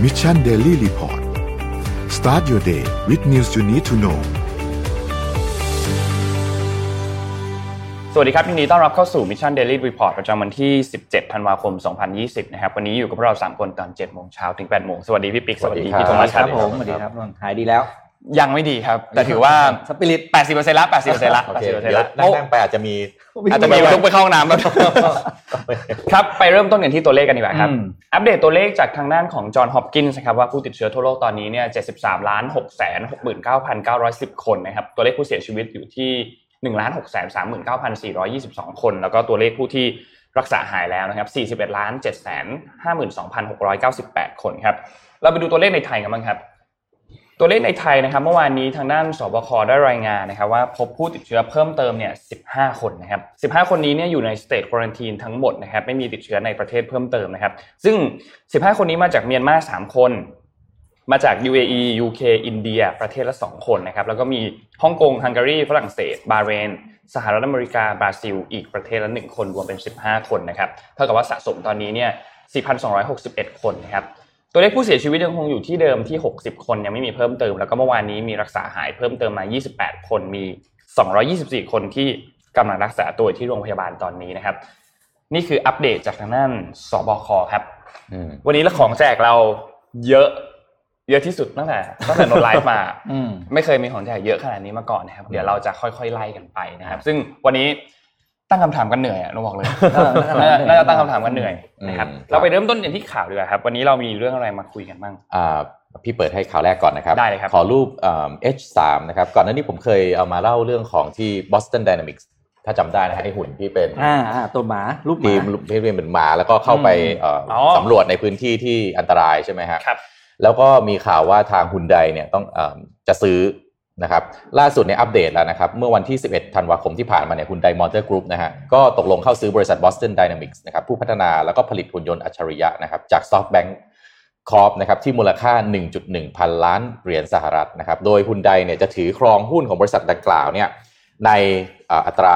Mission Daily Report Start your day with news you need to know สวัสดีครับยินดีต้อนรับเข้าสู่ Mission Daily Report ประจำวันที่17ธันวาคม2020นะครับวันนี้อยู่กับพวกเรา3คนตอน 7:00 นถึง 8:00 นสวัสดีพี่ปิ๊กสวัสดีพี่โทมัสครับผมสวัสดีครับหายดีแล้วยังไม่ดีครับแต่ถือว่าสปิริต 80% ละ 80% ละโอเคเดี๋ยวนั่งไปอาจจะมีลุกไปเข้าห้องน้ำแล้วครับไปเริ่มต้นกันที่ตัวเลขกันดีกว่าครับอัปเดตตัวเลขจากทางด้านของจอห์นฮอปกินส์นะครับว่าผู้ติดเชื้อทั่วโลกตอนนี้เนี่ย73,669,910 คนนะครับตัวเลขผู้เสียชีวิตอยู่ที่1,639,422 คนแล้วก็ตัวเลขผู้ที่รักษาหายแล้วนะครับ41,752,698 คนครับเราไปดูตัวเลขในไทยกันบ้างครับตัวเลขในไทยนะครับเมื่อวานนี้ทางด้านสบคได้รายงานนะครับว่าพบผู้ติดเชื้อเพิ่มเติมเนี่ย15คนนะครับ15คนนี้เนี่ยอยู่ในสเตทควอรันทีนทั้งหมดนะครับไม่มีติดเชื้อในประเทศเพิ่มเติมนะครับซึ่ง15คนนี้มาจากเมียนมา3คนมาจาก UAE UK อินเดียประเทศละ2คนนะครับแล้วก็มีฮ่องกงฮังการีฝรั่งเศสบาห์เรนสหรัฐอเมริกาบราซิลอีกประเทศละ1คนรวมเป็น15คนนะครับเท่ากับว่าสะสมตอนนี้เนี่ย 4,261 คนนะครับตัวเลขผู้เสียชีวิตยังคงอยู่ที่เดิมที่60คนยังไม่มีเพิ่มเติมแล้วก็เมื่อวานนี้มีรักษาหายเพิ่มเติมมา28คนมี224คนที่กำลังรักษาตัวที่โรงพยาบาลตอนนี้นะครับนี่คืออัปเดตจากทางด้านสบคครับวันนี้ของแจกเราเยอะที่สุดตั้งแต่โนไลฟ์มาไม่เคยมีของแจกเยอะขนาดนี้มาก่อนนะครับเดี๋ยวเราจะค่อยๆไล่กันไปนะครับซึ่งวันนี้ตั้งคำถามกันเหนื่อยอ่ะน้องบอกเลยน่าจะตั้งคำถามกันเหนื่อยนะครับเราไปเริ่มต้นกันที่ข่าวดีกว่าครับวันนี้เรามีเรื่องอะไรมาคุยกันบ้างพี่เปิดให้ข่าวแรกก่อนนะครับได้เลยครับขอรูปH3 นะครับก่อนหน้านี้ผมเคยเอามาเล่าเรื่องของที่ Boston Dynamics ถ้าจำได้นะฮะไอ้หุ่นที่เป็นตัวหมารูปหมาที่เป็นหมาแล้วก็เข้าไปสำรวจในพื้นที่ที่อันตรายใช่ไหมฮะครับแล้วก็มีข่าวว่าทางฮุนไดเนี่ยต้องจะซื้อนะครับล่าสุดเนี่ยอัปเดตแล้วนะครับเมื่อวันที่11ธันวาคมที่ผ่านมาเนี่ยฮุนไดมอเตอร์กรุ๊ปนะฮะก็ตกลงเข้าซื้อบริษัท Boston Dynamics นะครับผู้พัฒนาแล้วก็ผลิตหุ่นยนต์อัจฉริยะนะครับจาก SoftBank Corp นะครับที่มูลค่า 1.1 พันล้านเหรียญสหรัฐนะครับโดยฮุนไดเนี่ยจะถือครองหุ้นของบริษัทดังกล่าวเนี่ยในอัตรา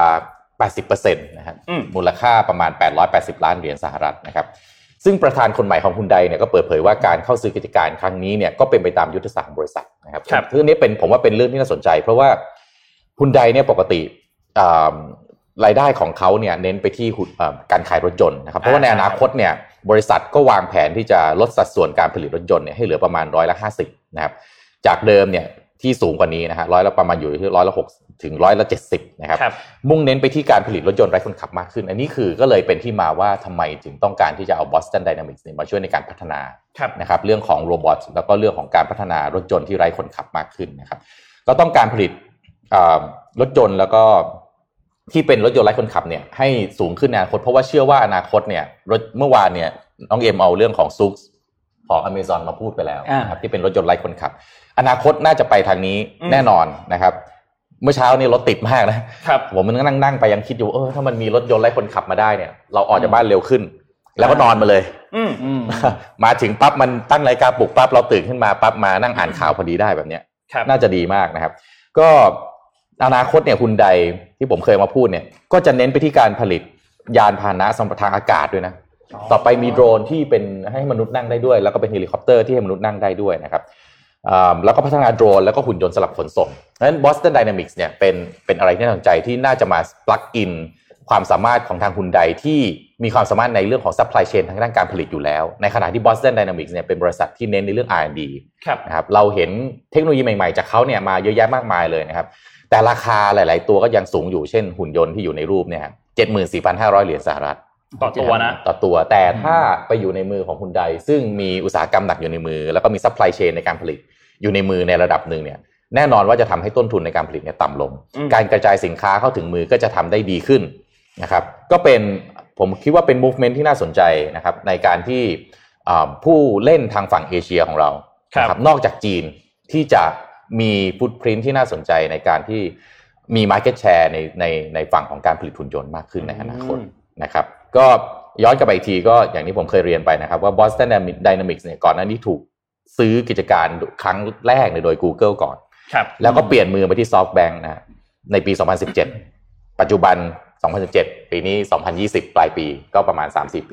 80% นะครับมูลค่าประมาณ880ล้านเหรียญสหรัฐนะครับซึ่งประธานคนใหม่ของฮุนไดเนี่ยก็เปิดเผยว่าการเข้าซื้อกิจการครั้งนี้เนี่ยก็เป็นไปตามยุทธศาสตร์บริษัทนะครับเรื่องนี้ผมว่าเป็นเรื่องที่น่าสนใจเพราะว่าฮุนไดเนี่ยปกติรายได้ของเขาเนี่ยเน้นไปที่การขายรถยนต์นะครับเพราะว่าในอนาคตเนี่ยบริษัทก็วางแผนที่จะลดสัดส่วนการผลิตรถยนต์เนี่ยให้เหลือประมาณ50%นะครับจากเดิมเนี่ยที่สูงกว่านี้นะฮะประมาณอยู่ที่60%ถึง70%นะครับมุ่งเน้นไปที่การผลิตรถยนต์ไร้คนขับมากขึ้นอันนี้คือก็เลยเป็นที่มาว่าทำไมถึงต้องการที่จะเอา Boston Dynamics เนี่ยมาช่วยในการพัฒนานะครับเรื่องของโรบอทแล้วก็เรื่องของการพัฒนารถยนต์ที่ไร้คนขับมากขึ้นนะครับก็ต้องการผลิตรถยนต์แล้วก็ที่เป็นรถยนต์ไร้คนขับเนี่ยให้สูงขึ้นในอนาคตเพราะว่าเชื่อว่าอนาคตเนี่ยเมื่อวานเนี่ยน้องเอ็มเอาเรื่องของซุกของ Amazon มาพูดไปแล้วนะครับที่เป็นรถยนต์ไร้คนขับอนาคตน่าจะไปทางนี้แน่นอนนะครับเมื่อเช้านี่รถติดมากนะครับผมมันนั่งไปยังคิดอยู่ถ้ามันมีรถยนต์ไร้คนขับมาได้เนี่ยเราออกจากบ้านเร็วขึ้นแล้วก็นอนมาเลยมาถึงปั๊บมันตั้งนาฬิกาปลุกปั๊บเราตื่นขึ้นมาปั๊บมานั่งอ่านข่าวพอดีได้แบบเนี้ยน่าจะดีมากนะครับก็อนาคตเนี่ยฮุนไดที่ผมเคยมาพูดเนี่ยก็จะเน้นไปที่การผลิตยานพาหนะสำหรับทางอากาศด้วยนะต่อไปมีโดรนที่เป็นให้มนุษย์นั่งได้ด้วยแล้วก็เป็นเฮลิคอปเตอร์ที่ให้มนุษย์นั่งได้ด้วยนะครับแล้วก็พัฒนาโดรนแล้วก็หุ่นยนต์สำหรับขนส่งเพราะฉะนั้น Boston Dynamics เนี่ยเป็นอะไรที่น่าสนใจที่น่าจะมาปลั๊กอินความสามารถของทางฮุนไดที่มีความสามารถในเรื่องของ supply chain ทางด้านการผลิตอยู่แล้วในขณะที่ Boston Dynamics เนี่ยเป็นบริษัทที่เน้นในเรื่อง R&D นะครับเราเห็นเทคโนโลยีใหม่ๆจากเขาเนี่ยมาเยอะแยะมากมายเลยนะครับแต่ราคาหลายๆตัวก็ยังสูงอยู่เช่นหุ่นยนต์ที่อยู่ในรูปเนี่ย 74,500 เหรียญสหรัฐต่อตัวนะต่อตัวแต่ถ้าไปอยู่ในมือของฮุนไดซึ่งมีอุตสาหกรรมหนักอยู่ในมือแล้วก็มี supply chain ในการผลิตอยู่ในมือในระดับหนึ่งเนี่ยแน่นอนว่าจะทำให้ต้นทุนในการผลิตเนี่ยต่ำลงการกระจายสินค้าเข้าถึงมือก็จะทำได้ดีขึ้นนะครับก็เป็นผมคิดว่าเป็น movement ที่น่าสนใจนะครับในการที่ผู้เล่นทางฝั่งเอเชียของเราครับนอกจากจีนที่จะมีฟุตพริ้นท์ที่น่าสนใจในการที่มี market share ในฝั่งของการผลิตหุ่นยนต์มากขึ้นในอนาคตนะครับก็ย้อนกลับไปอีกทีก็อย่างที่ผมเคยเรียนไปนะครับว่า Boston Dynamics เนี่ยก่อนหน้านี้ถูกซื้อกิจการครั้งแรกโดย Google ก่อนแล้วก็เปลี่ยนมือไปที่ SoftBank นะในปี 2017 ปัจจุบัน 2017 ปีนี้ 2020 ปลายปีก็ประมาณ 3-4 ปี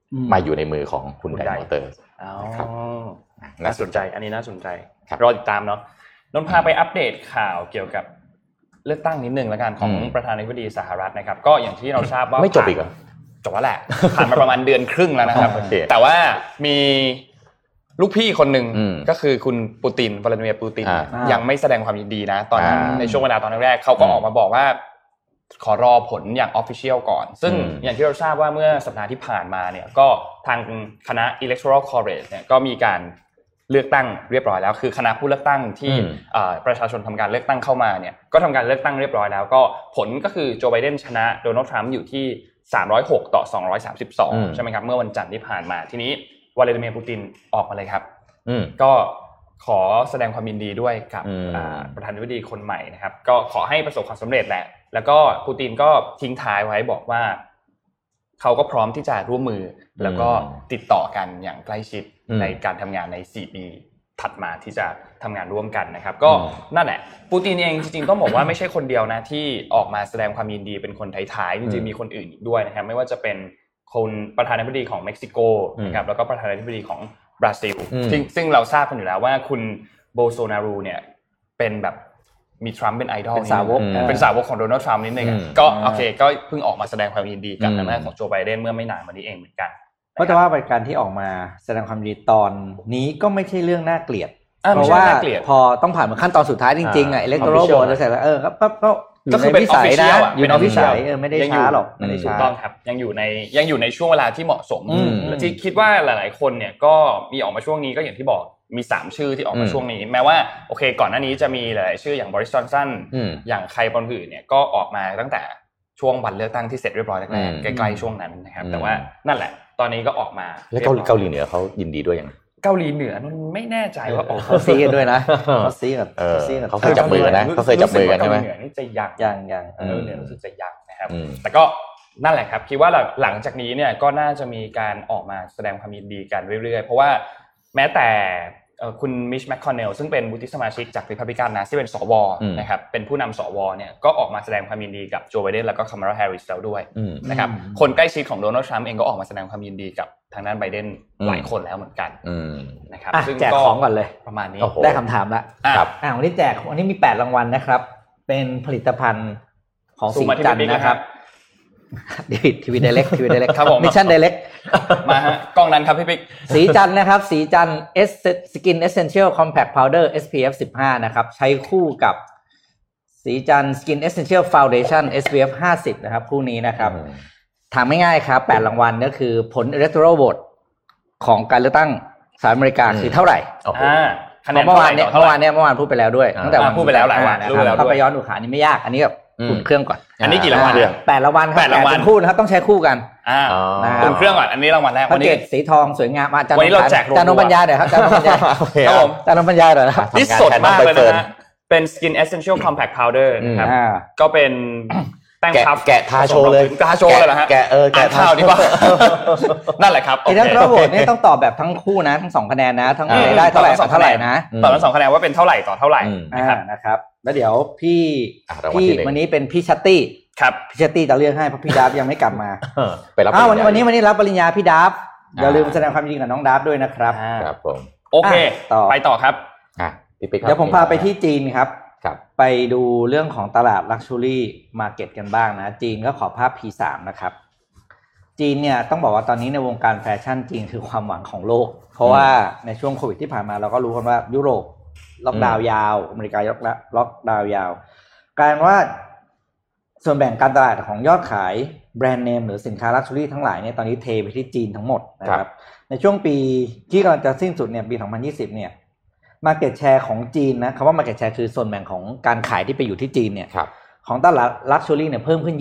มาอยู่ในมือของคุณไดมอเตอร์น่าสนใจอันนี้น่าสนใจรอติดตามเนาะนนท์พาไปอัปเดตข่าวเกี่ยวกับเลือกตั้งนิดนึงแล้วกันของประธานาธิบดีสหรัฐนะครับก็อย่างที่เราทราบว่าไม่จบอีกเหรอจบแล้วแหละผ่านมาประมาณเดือนครึ่งแล้วนะครับแต่ว่ามีลูกพี่คนหนึ่งก็คือคุณปูตินวลาดิเมียร์ปูตินยังไม่แสดงความยินดีนะตอนนั้นในช่วงเวลาตอนแรกเขาก็ออกมาบอกว่าขอรอผลอย่าง official ก่อนซึ่งอย่างที่เราทราบว่าเมื่อสัปดาห์ที่ผ่านมาเนี่ยก็ทางคณะ Electoral College เนี่ยก็มีการเลือกตั้งเรียบร้อยแล้วคือคณะผู้เลือกตั้งที่ประชาชนทำการเลือกตั้งเข้ามาเนี่ยก็ทำการเลือกตั้งเรียบร้อยแล้วก็ผลก็คือโจไบเดนชนะโดนัลด์ทรัมป์อยู่ที่306ต่อ232ใช่ไหมครับเมื่อวันจันทร์ที่ผ่านมาทีนี้วลาดิเมียร์ปูตินออกมาเลยครับก็ขอแสดงความยินดีด้วยกับประธานาธิบดีคนใหม่นะครับก็ขอให้ประสบความสำเร็จแหละแล้วก็ปูตินก็ทิ้งท้ายไว้บอกว่าเขาก็พร้อมที่จะร่วมมือแล้วก็ติดต่อกันอย่างใกล้ชิดในการทำงานใน4ปีถัดมาที่จะทำงานร่วมกันนะครับก็นั่นแหละปูตินเองจริงๆต้องบอกว่าไม่ใช่คนเดียวนะที่ออกมาแสดงความยินดีเป็นคนท้ายๆจริงๆมีคนอื่นอีกด้วยนะครับไม่ว่าจะเป็นคนประธานาธิบดีของเม็กซิโกนะครับแล้วก็ประธานาธิบดีของบราซิลซึ่งเราทราบกันอยู่แล้วว่าคุณโบโซนารูเนี่ยเป็นแบบมีทรัมป์เป็นไอดอลเป็นสาวกของโดนัลด์ทรัมป์นิดนึงก็โอเคก็เพิ่งออกมาแสดงความยินดีกับทางด้านของโจไบเดนเมื่อไม่นานมานี้เองเหมือนกันเพราะแต่ว่าการที่ออกมาแสดงความยินดีตอนนี้ก็ไม่ใช่เรื่องน่าเกลียดเพราะว่าพอต้องผ่านขั้นตอนสุดท้ายจริงๆอ่ะ Electoral Vote แล้วเสร็จแล้วก็คือเป็น official อ่ะอยู่ใน official ไม่ได้ช้าหรอกไม่ได้ช้าต้องครับยังอยู่ในช่วงเวลาที่เหมาะสมและที่คิดว่าหลายๆคนเนี่ยก็มีออกมาช่วงนี้ก็อย่างที่บอกมี3ชื่อที่ออกมาช่วงนี้แม้ว่าโอเคก่อนหน้านี้จะมีหลายชื่ออย่างบริส จอนสันอย่างใครบางอื่นเนี่ยก็ออกมาตั้งแต่ช่วงวันเลือกตั้งที่เสร็จเรียบร้อยแล้วใกล้ๆช่วงนั้นนะครับแต่ว่านั่นแหละตอนนี้ก็ออกมาแล้วเกาหลีเหนือเขายินดีด้วยยังเกาหลีเหนือมันไม่แน่ใจว่าออกเขาซีกันด้วยนะเขาซีกันเขาเคยจับมือกันนะเขาเคยจับมือกันใช่ไหมเกาหลีเหนือนี่จะยังเหนือรู้สึกจะยังนะครับแต่ก็ นั่นแหละครับคิดว่าหลังจากนี้เนี่ยก็น่าจะมีการออกมาแสดงความยินดีกันเรื่อยๆเพราะว่าแม้แต่คุณมิชแมคคอนเนลซึ่งเป็นวุฒิสมาชิกจากริพับลิกันนะที่เป็นสวนะครับเป็นผู้นำสวเนี่ยก็ออกมาแสดงความยินดีกับโจไบเดนแล้วก็คามาลาแฮร์ริสแล้วด้วยนะครับคนใกล้ชิดของโดนัลด์ทรัมป์เองก็ออกมาแสดงความยินดีกับทางด้านไบเดนหลายคนแล้วเหมือนกันนะครับซึ่งแจกของก่อนเลยประมาณนี้ได้คำถามละวันนี้แจกวันนี้มี8รางวัลนะครับเป็นผลิตภัณฑ์ของสีจันทร์นะครับทีวีไดเรกมิชชั่นไดเรกมาฮะกล้องนั้นครับพี่ปิ๊กสีจันทร์นะครับสีจันทร์ Skin Essential Compact Powder SPF 15นะครับใช้คู่กับสีจันทร์ Skin Essential Foundation SPF 50นะครับคู่นี้นะครับถามง่ายๆครับ8รางวัลก็คือผล Electoral Vote ของการเลือกตั้งสหรัฐอเมริกาคือเท่าไหร่เมื่อวานพูดไปแล้วด้วยตั้งแต่พูดไปแล้วหลายวันถ้าไปย้อนดูขานี้ไม่ยากอันนี้แบบอุ่นเครื่องก่อนอันนี้กี่รางวัล 8รางวัลครับ8รางวัลคู่นะครับต้องใช้คู่กันอุ่นเครื่องก่อนอันนี้รางวัลแรกวันนี้สีทองสวยงามวันนี้เราแจกจานนบรรยายหน่อยครับจานนบรรยายครับผมจานนบรรยายหน่อยนะครับนี่สดมากเลยนะเป็น Skin Essential Compact Powder นะครับก็เป็นแป้งพับแกะทาโชว์เลยทาโชว์เลยเหรอฮะแกะทาดีกว่านั่นแหละครับทั้งระบบนี่ต้องตอบแบบทั้งคู่นะทั้ง2คะแนนนะทั้งได้เท่าไหร่นะตอบทั้ง2คะแนนว่าเป็นเท่าไหร่ต่อเท่าไหร่นะครับแล้วเดี๋ยวพี่วันนี้เป็นพี่ชัตตี้ครับพี่ชัตตี้จะเลือกให้เพราะพี่ดับยังไม่กลับมาไปรับวันนี้รับปริญญาพี่ดับอย่าลืมแสดงความยินดีกับน้องดับด้วยนะครับครับผมโอเคไปต่อครับเดี๋ยวผมพาไปที่จีนครับไปดูเรื่องของตลาด Luxury Market กันบ้างนะจีนก็ขอภาพ P3 นะครับจีนเนี่ยต้องบอกว่าตอนนี้ในวงการแฟชั่นจีนคือความหวังของโลกเพราะว่าในช่วงโควิดที่ผ่านมาเราก็รู้กันว่ายุโรปล็อกดาวน์ยาวอเมริกาล็อกดาวน์ยาวกลายเป็นว่าส่วนแบ่งการตลาดของยอดขายแบรนด์เนมหรือสินค้า Luxury ทั้งหลายเนี่ยตอนนี้เทไปที่จีนทั้งหมดนะครับในช่วงปีที่กำลังจะสิ้นสุดเนี่ยปี2020เนี่ยmarket share ของจีนนะคำว่า market share คือส่วนแบ่งของการขายที่ไปอยู่ที่จีนเนี่ยของตลาด luxury เนี่ยเพิ่มขึ้น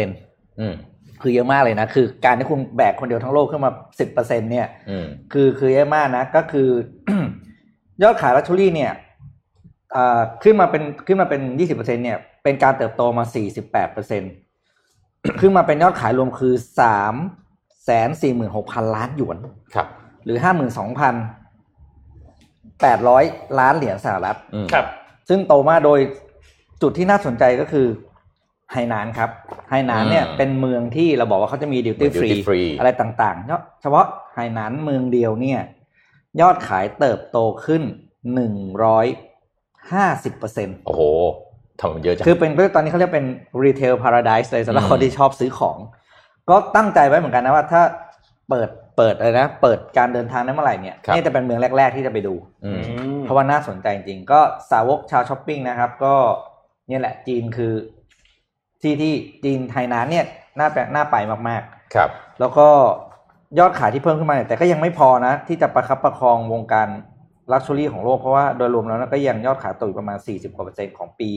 20% คือเยอะมากเลยนะคือการที่คุณแบกคนเดียวทั้งโลกขึ้นมา 10% เนี่ยคือเยอะมากนะก็คือ ยอดขาย luxury เนี่ยขึ้นมาเป็น 20% เนี่ยเป็นการเติบโตมา 48% ขึ้นมาเป็นยอดขายรวมคือ 346,000 ล้านหยวนหรือ 52,800 ล้านเหรียญสหรัฐครับซึ่งโตมากโดยจุดที่น่าสนใจก็คือหนานครับไหหนานเนี่ยเป็นเมืองที่เราบอกว่าเขาจะมีดิวตี้ฟรีอะไรต่างๆเฉพาะไหหนานเมืองเดียวเนี่ยยอดขายเติบโตขึ้น 150% โอ้โหทำมันเยอะจังคือเป็นตอนนี้เขาเรียกเป็น retail paradise เลยสำหรับคนที่ชอบซื้อของก็ตั้งใจไว้เหมือนกันนะว่าถ้าเปิดอะไรนะเปิดการเดินทางได้เมื่อไหร่เนี่ยนี่จะเป็นเมืองแรกๆที่จะไปดูเพราะว่าน่าสนใจจริงก็สาวกชาวช้อปปิ้งนะครับก็เนี่ยแหละจีนคือที่จีนไหหนานเนี่ยน่าไปมากๆครับแล้วก็ยอดขายที่เพิ่มขึ้นมาแต่ก็ยังไม่พอนะที่จะประคับประคองวงการลักชัวรี่ของโลกเพราะว่าโดยรวมแล้วก็ยังยอดขายโตอยู่ประมาณ 40% ของปี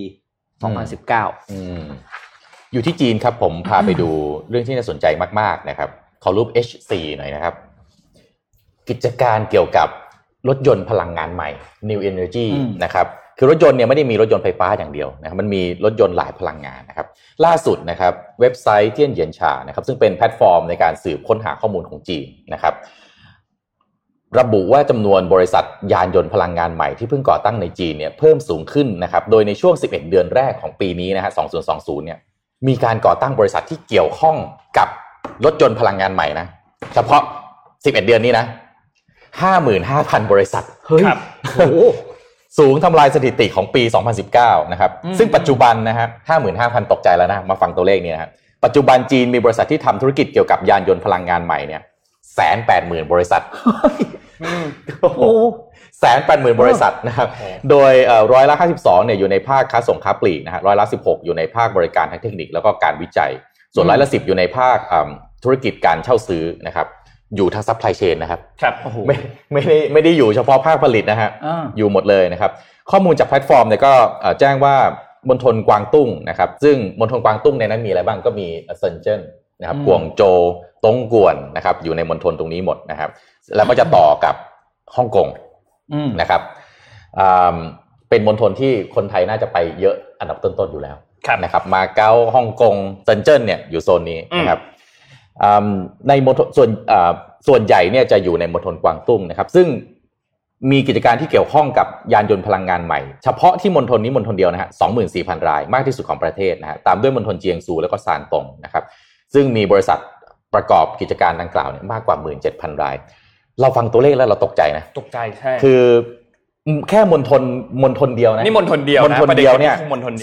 2019 อยู่ที่จีนครับผมพาไปดูเรื่องที่น่าสนใจมากๆนะครับขอรูป H4 หน่อยนะครับกิจการเกี่ยวกับรถยนต์พลังงานใหม่ New Energy นะครับคือรถยนต์เนี่ยไม่ได้มีรถยนต์ไฟฟ้าอย่างเดียวนะครับมันมีรถยนต์หลายพลังงานนะครับล่าสุดนะครับเว็บไซต์เจี้ยนเหยียนชานะครับซึ่งเป็นแพลตฟอร์มในการสืบค้นหาข้อมูลของจีนนะครับระบุว่าจำนวนบริษัทยานยนต์พลังงานใหม่ที่เพิ่งก่อตั้งในจีนเนี่ยเพิ่มสูงขึ้นนะครับโดยในช่วง11เดือนแรกของปีนี้นะฮะ2020เนี่ยมีการก่อตั้งบริษัทที่เกี่ยวข้องกับรถยนต์พลังงานใหม่นะเฉพาะ11เดือนนี้นะ 55,000 บริษัทเฮ้ยโอ้สูงทำลายสถิติของปี2019นะครับซึ่งปัจจุบันนะฮะ 55,000 ตกใจแล้วนะมาฟังตัวเลขนี้นะฮะปัจจุบันจีนมีบริษัทที่ทำธุรกิจเกี่ยวกับยานยนต์พลังงานใหม่เนี่ย 180,000 บริษัทโอ้โห 180,000 บริษัทนะครับโดย52%เนี่ยอยู่ในภาคค้าส่งค้าปลีกนะฮะ16%อยู่ในภาคบริการทางเทคนิคแล้วก็การวิจัยส่วน10%อยู่ในภาคธุรกิจการเช่าซื้อนะครับอยู่ทางซัพพลายเชนนะครับไม่ได้อยู่เฉพาะภาคผลิตนะฮะอยู่หมดเลยนะครับข้อมูลจากแพลตฟอร์มเนี่ยก็แจ้งว่ามณฑลกวางตุ้งนะครับซึ่งมณฑลกวางตุ้งในนั้นมีอะไรบ้างก็มีเซินเจิ้นนะครับกวางโจวตงกวนนะครับอยู่ในมณฑลตรงนี้หมดนะครับแล้วก็จะต่อกับฮ่องกงนะครับเป็นมณฑลที่คนไทยน่าจะไปเยอะอันดับต้นๆอยู่แล้วนะครับมาเก๊าฮ่องกงเซินเจิ้นเนี่ยอยู่โซนนี้นะครับในมณฑลส่วนใหญ่เนี่ยจะอยู่ในมณฑลกวางตุ้งนะครับซึ่งมีกิจการที่เกี่ยวข้องกับยานยนต์พลังงานใหม่เฉพาะที่มณฑลนี้มณฑลเดียวนะฮะ 24,000 รายมากที่สุดของประเทศนะฮะตามด้วยมณฑลเจียงซูแล้วก็ซานตงนะครับซึ่งมีบริษัทประกอบกิจการดังกล่าวเนี่ยมากกว่า 17,000 รายเราฟังตัวเลขแล้วเราตกใจนะตกใจใช่คือแค่มณฑลเดียวนะนี่มณฑลเดียวนะประเด็นเนี่ย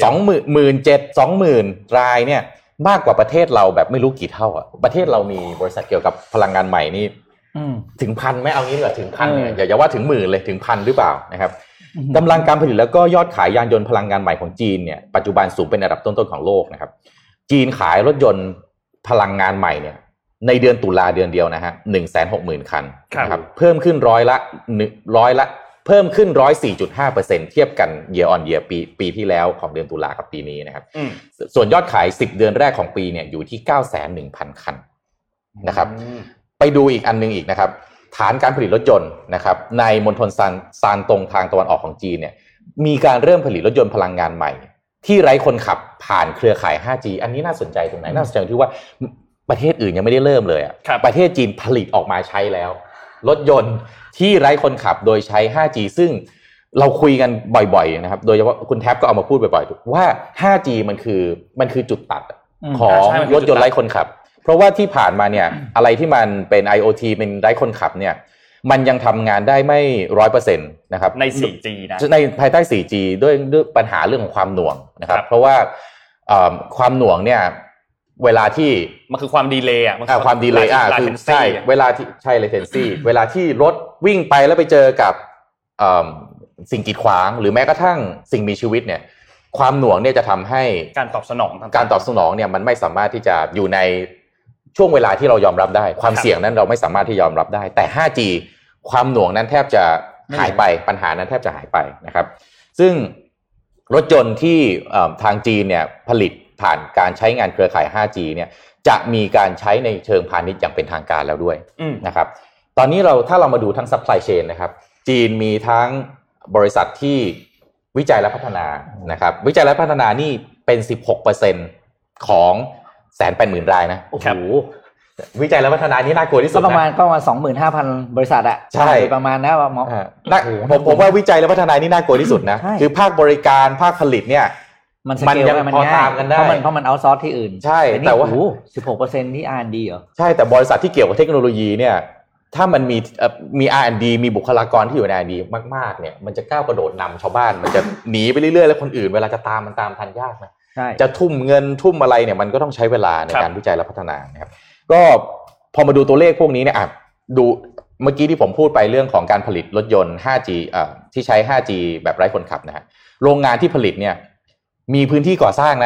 20,000 รายเนี่ยมากกว่าประเทศเราแบบไม่รู้กี่เท่าอ่ะประเทศเรามีบริษัทเกี่ยวกับพลังงานใหม่นี่ถึงพันไหมเอางี้ดีกว่าถึงพันเนี่ยอย่าว่าถึงหมื่นเลยถึงพันหรือเปล่านะครับกำลังการผลิตแล้วก็ยอดขายยานยนต์พลังงานใหม่ของจีนเนี่ยปัจจุบันสูงเป็นอันดับต้นๆของโลกนะครับจีนขายรถยนต์พลังงานใหม่เนี่ยในเดือนตุลาเดือนเดียวนะฮะ 160,000 คันนะครับเพิ่มขึ้นร้อยละเพิ่มขึ้น 104.5% เทียบกัน year on year ปีที่แล้วของเดือนตุลากับปีนี้นะครับส่วนยอดขาย10เดือนแรกของปีเนี่ยอยู่ที่ 910,000 คันนะครับไปดูอีกอันนึงอีกนะครับฐานการผลิตรถยนต์นะครับในมณฑลซานตงทางตะวันออกของจีนเนี่ยมีการเริ่มผลิตรถยนต์พลังงานใหม่ที่ไร้คนขับผ่านเครือข่าย 5G อันนี้น่าสนใจตรงไหนน่าสนใจที่ว่าประเทศอื่นยังไม่ได้เริ่มเลยอ่ะประเทศจีนผลิตออกมาใช้แล้วรถยนต์ที่ไร้คนขับโดยใช้ 5G ซึ่งเราคุยกันบ่อยๆนะครับโดยเฉพาะคุณแท็บก็เอามาพูดบ่อยๆว่า 5G มันคือจุดตัดของรถยนต์ไร้คนขับเพราะว่าที่ผ่านมาเนี่ยอะไรที่มันเป็น IoT เป็นไร้คนขับเนี่ยมันยังทำงานได้ไม่ 100% นะครับใน 4G นะในภายใต้ 4G ด้วยปัญหาเรื่องของความหน่วงนะครับเพราะว่าความหน่วงเนี่ยเวลาที่มันคือความดีเลย์อ่ะความดีเลย์คือใช่เวลาที่ใช่ latency เวลาที่รถวิ่งไปแล้วไปเจอกับสิ่งกีดขวางหรือแม้กระทั่งสิ่งมีชีวิตเนี่ยความหน่วงเนี่ยจะทำให้การตอบสนองเนี่ยมันไม่สามารถที่จะอยู่ในช่วงเวลาที่เรายอมรับได้ความเสี่ยงนั้นเราไม่สามารถที่ยอมรับได้แต่ 5G ความหน่วงนั้นแทบจะหายไปปัญหานั้นแทบจะหายไปนะครับซึ่งรถยนต์ที่ทางจีนเนี่ยผลิตผ่านการใช้งานเครือข่าย 5G เนี่ยจะมีการใช้ในเชิงพาณิชย์อย่างเป็นทางการแล้วด้วยนะครับตอนนี้ถ้าเรามาดูทั้ง supply chain นะครับจีนมีทั้งบริษัทที่วิจัยและพัฒนานะครับวิจัยและพัฒนานี่เป็น 16% ของ 180,000 รายนะโอ้โหวิจัยและพัฒนานี่น่ากลัวที่สุดนะประมาณ 25,000 บริษัทอะใช่ประมาณนะผมว่าวิจัยและพัฒนานี่น่ากลัวที่สุดนะคือภาคบริการภาคผลิตเนี่ยมันสเกลมันง่ายเพราะมันเอาซอร์สที่อื่นใช่แต่ว่า 16% ที่ R&D เหรอใช่แต่บริษัทที่เกี่ยวกับเทคโนโลยีเนี่ยถ้ามันมี R&D มีบุคลากรที่อยู่ใน R&D มากๆเนี่ยมันจะก้าวกระโดดนำชาวบ้านมันจะหนีไปเรื่อยๆแล้วคนอื่นเวลาจะตามมันตามทันยากนะจะทุ่มเงินทุ่มอะไรเนี่ยมันก็ต้องใช้เวลาในการวิจัยและพัฒนานะครับก็พอมาดูตัวเลขพวกนี้เนี่ยดูเมื่อกี้ที่ผมพูดไปเรื่องของการผลิตรถยนต์ 5G ที่ใช้ 5G แบบไร้คนขับนะฮะโรงงานที่ผลิตเนี่ยมีพื้นที่ก่อสร้างนะ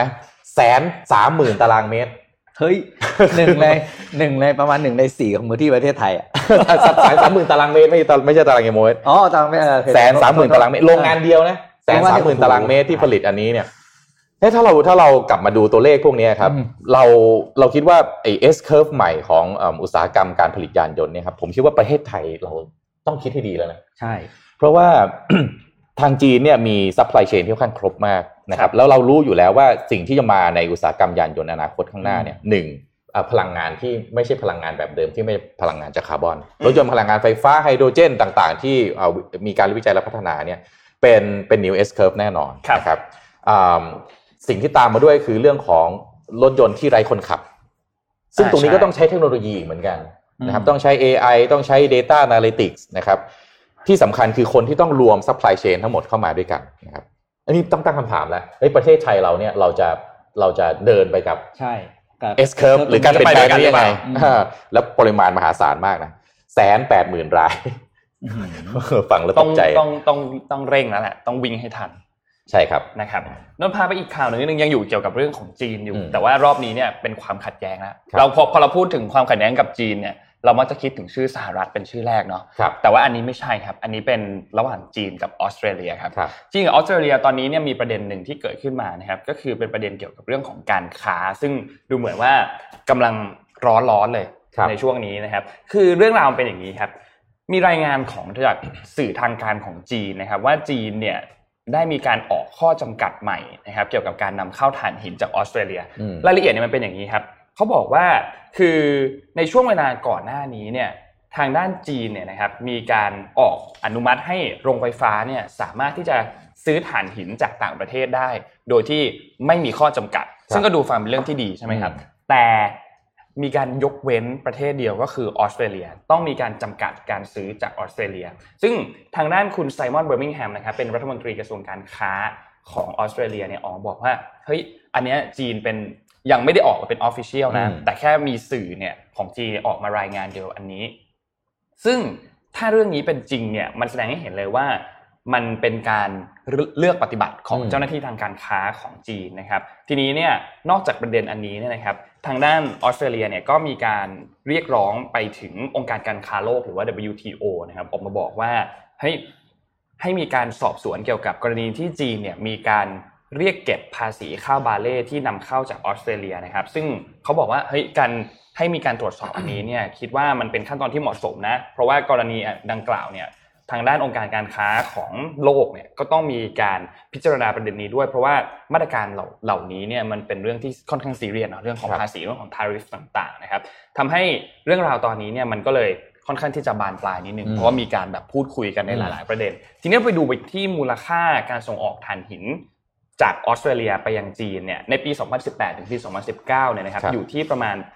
130,000 ตารางเมตรเฮ้ยหนึ่งในประมาณ1ใน4ของพื้นที่ประเทศไทยอ่ะ 30,000 ตารางเมตรไม่ใช่ตารางกิโลเมตรตารางเมตร 130,000 ตารางเมตรโรงงานเดียวนะ 130,000 ตารางเมตรที่ผลิตอันนี้เนี่ยถ้าเรากลับมาดูตัวเลขพวกนี้ครับเราคิดว่าไอ้ S curve ใหม่ของอุตสาหกรรมการผลิตยานยนต์เนี่ยครับผมคิดว่าประเทศไทยเราต้องคิดให้ดีแล้วนะใช่เพราะว่า ทางจีนเนี่ยมี supply chain ที่ค่อนข้างครบมากนะครับแล้วเรารู้อยู่แล้วว่าสิ่งที่จะมาในอุตสาหกรรมยานยนต์อนาคตข้างหน้าเนี่ย1พลังงานที่ไม่ใช่พลังงานแบบเดิมที่ไม่พลังงานจากคาร์บอนรถยนต์พลังงานไฟฟ้าไฮโดรเจนต่างๆที่มีการวิจัยและพัฒนาเนี่ยเป็น new S curve แน่นอนนะครับสิ่งที่ตามมาด้วยคือเรื่องของรถยนต์ที่ไร้คนขับซึ่งตรงนี้ก็ต้องใช้เทคโนโลยีเหมือนกันนะครับต้องใช้ AI ต้องใช้ Data Analytics นะครับที่สำคัญคือคนที่ต้องรวม supply chain ทั้งหมดเข้ามาด้วยกันนะครับอันนี้ต้องตั้งคำถามแล้วประเทศไทยเราเนี่ยเราจะเดินไปกับใช่ S curve หรือการเป็นแปลงนี้ยังไงแล้วปริมาณมหาศาลมากนะ 180,000 รายฟังแล้วตกใจต้องเร่งแล้วแหละต้องวิ่งให้ทันใช่ครับนะครับนนพาไปอีกข่าวนึงยังอยู่เกี่ยวกับเรื่องของจีนอยู่แต่ว่ารอบนี้เนี่ยเป็นความขัดแย้งแล้วเราพอเราพูดถึงความขัดแย้งกับจีนเนี่ยเรามักจะคิดถึงชื่อสหรัฐเป็นชื่อแรกเนาะแต่ว่าอันนี้ไม่ใช่ครับอันนี้เป็นระหว่างจีนกับออสเตรเลียครับจีนกับออสเตรเลียตอนนี้เนี่ยมีประเด็นหนึ่งที่เกิดขึ้นมานะครับก็คือเป็นประเด็นเกี่ยวกับเรื่องของการค้าซึ่งดูเหมือนว่ากำลังร้อนเลยในช่วงนี้นะครับคือเรื่องราวเป็นอย่างนี้ครับมีรายงานของจากสื่อทางการของจีนนะครับว่าจีนเนี่ยได้มีการออกข้อจำกัดใหม่นะครับเกี่ยวกับการนำเข้าถ่านหินจากออสเตรเลียรายละเอียดเนี่ยมันเป็นอย่างนี้ครับเขาบอกว่าคือในช่วงเวลาก่อนหน้านี้เนี่ยทางด้านจีนเนี่ยนะครับมีการออกอนุมัติให้โรงไฟฟ้าเนี่ยสามารถที่จะซื้อถ่านหินจากต่างประเทศได้โดยที่ไม่มีข้อจำกัดซึ่งก็ดูฟังเป็นเรื่องที่ดีใช่ไหมครับแต่มีการยกเว้นประเทศเดียวก็คือออสเตรเลียต้องมีการจำกัดการซื้อจากออสเตรเลียซึ่งทางด้านคุณไซมอนเบอร์มิงแฮมนะครับเป็นรัฐมนตรีกระทรวงการค้าของออสเตรเลียเนี่ยบอกว่าเฮ้ยอันเนี้ยจีนเป็นยังไม่ได้ออกมาเป็น official นะแต่แค่มีสื่อเนี่ยของจีนออกมารายงานเดียวอันนี้ซึ่งถ้าเรื่องนี้เป็นจริงเนี่ยมันแสดงให้เห็นเลยว่ามันเป็นการเลือกปฏิบัติของเจ้าหน้าที่ทางการค้าของจีนนะครับทีนี้เนี่ยนอกจากประเด็นอันนี้เนี่ยนะครับทางด้านออสเตรเลียเนี่ยก็มีการเรียกร้องไปถึงองค์การการค้าโลกหรือว่า WTO นะครับออกมาบอกว่าให้มีการสอบสวนเกี่ยวกับกรณีที่จีนเนี่ยมีการเรียกเก็บภาษีข้าวบาเล่ที่นำเข้าจากออสเตรเลียนะครับซึ่งเขาบอกว่าการให้มีการตรวจสอบอันนี้เนี่ยคิดว่ามันเป็นขั้นตอนที่เหมาะสมนะเพราะว่ากรณีดังกล่าวเนี่ยทางด้านองค์การการค้าของโลกเนี่ยก็ต้องมีการพิจารณาประเด็นนี้ด้วยเพราะว่ามาตรการเหล่านี้เนี่ยมันเป็นเรื่องที่ค่อนข้างซีเรียสเรื่องของภาษีเรื่องของ tariff ต่างๆนะครับทำให้เรื่องราวตอนนี้เนี่ยมันก็เลยค่อนข้างที่จะบานปลายนิดนึงเพราะว่ามีการแบบพูดคุยกันในหลายๆประเด็นทีนี้ไปดูไปที่มูลค่าการส่งออกถ่านหินจากออสเตรเลียไปยังจีนเนี่ยในปี2018ถึงปี2019เนี่ยนะครับอยู่ที่ประมาณ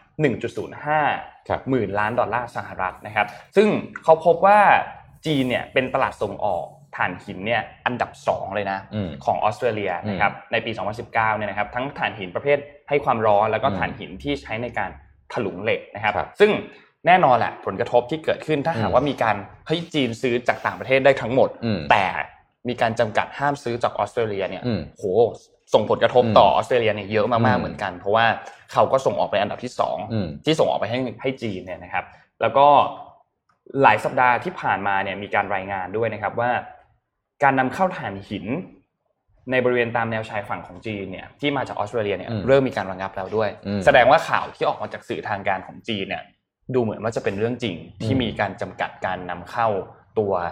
1.05 หมื่นล้านดอลลาร์สหรัฐนะครับซึ่งเขาพบว่าจีนเนี่ยเป็นตลาดส่งออกถ่านหินเนี่ยอันดับ2เลยนะของออสเตรเลียนะครับในปี2019เนี่ยนะครับทั้งถ่านหินประเภทให้ความร้อนแล้วก็ถ่านหินที่ใช้ในการถลุงเหล็กนะครับซึ่งแน่นอนแหละผลกระทบที่เกิดขึ้นถ้าหากว่ามีการให้จีนซื้อจากต่างประเทศได้ทั้งหมดแต่มีการจำกัดห้ามซื้อจากออสเตรเลียเนี่ยโหส่งผลกระทบต่อออสเตรเลียเนี่ยเยอะมากๆเหมือนกันเพราะว่าเขาก็ส่งออกไปอันดับที่2ที่ส่งออกไปให้จีนเนี่ยนะครับแล้วก็หลายสัปดาห์ที่ผ่านมาเนี่ยมีการรายงานด้วยนะครับว่าการนำเข้าถ่านหินในบริเวณตามแนวชายฝั่งของจีนเนี่ยที่มาจากออสเตรเลียเนี่ยเริ่มมีการระงับแล้วด้วยแสดงว่าข่าวที่ออกมาจากสื่อทางการของจีนเนี่ยดูเหมือนว่าจะเป็นเรื่องจริงที่มีการจำกัดการนำเข้าตัว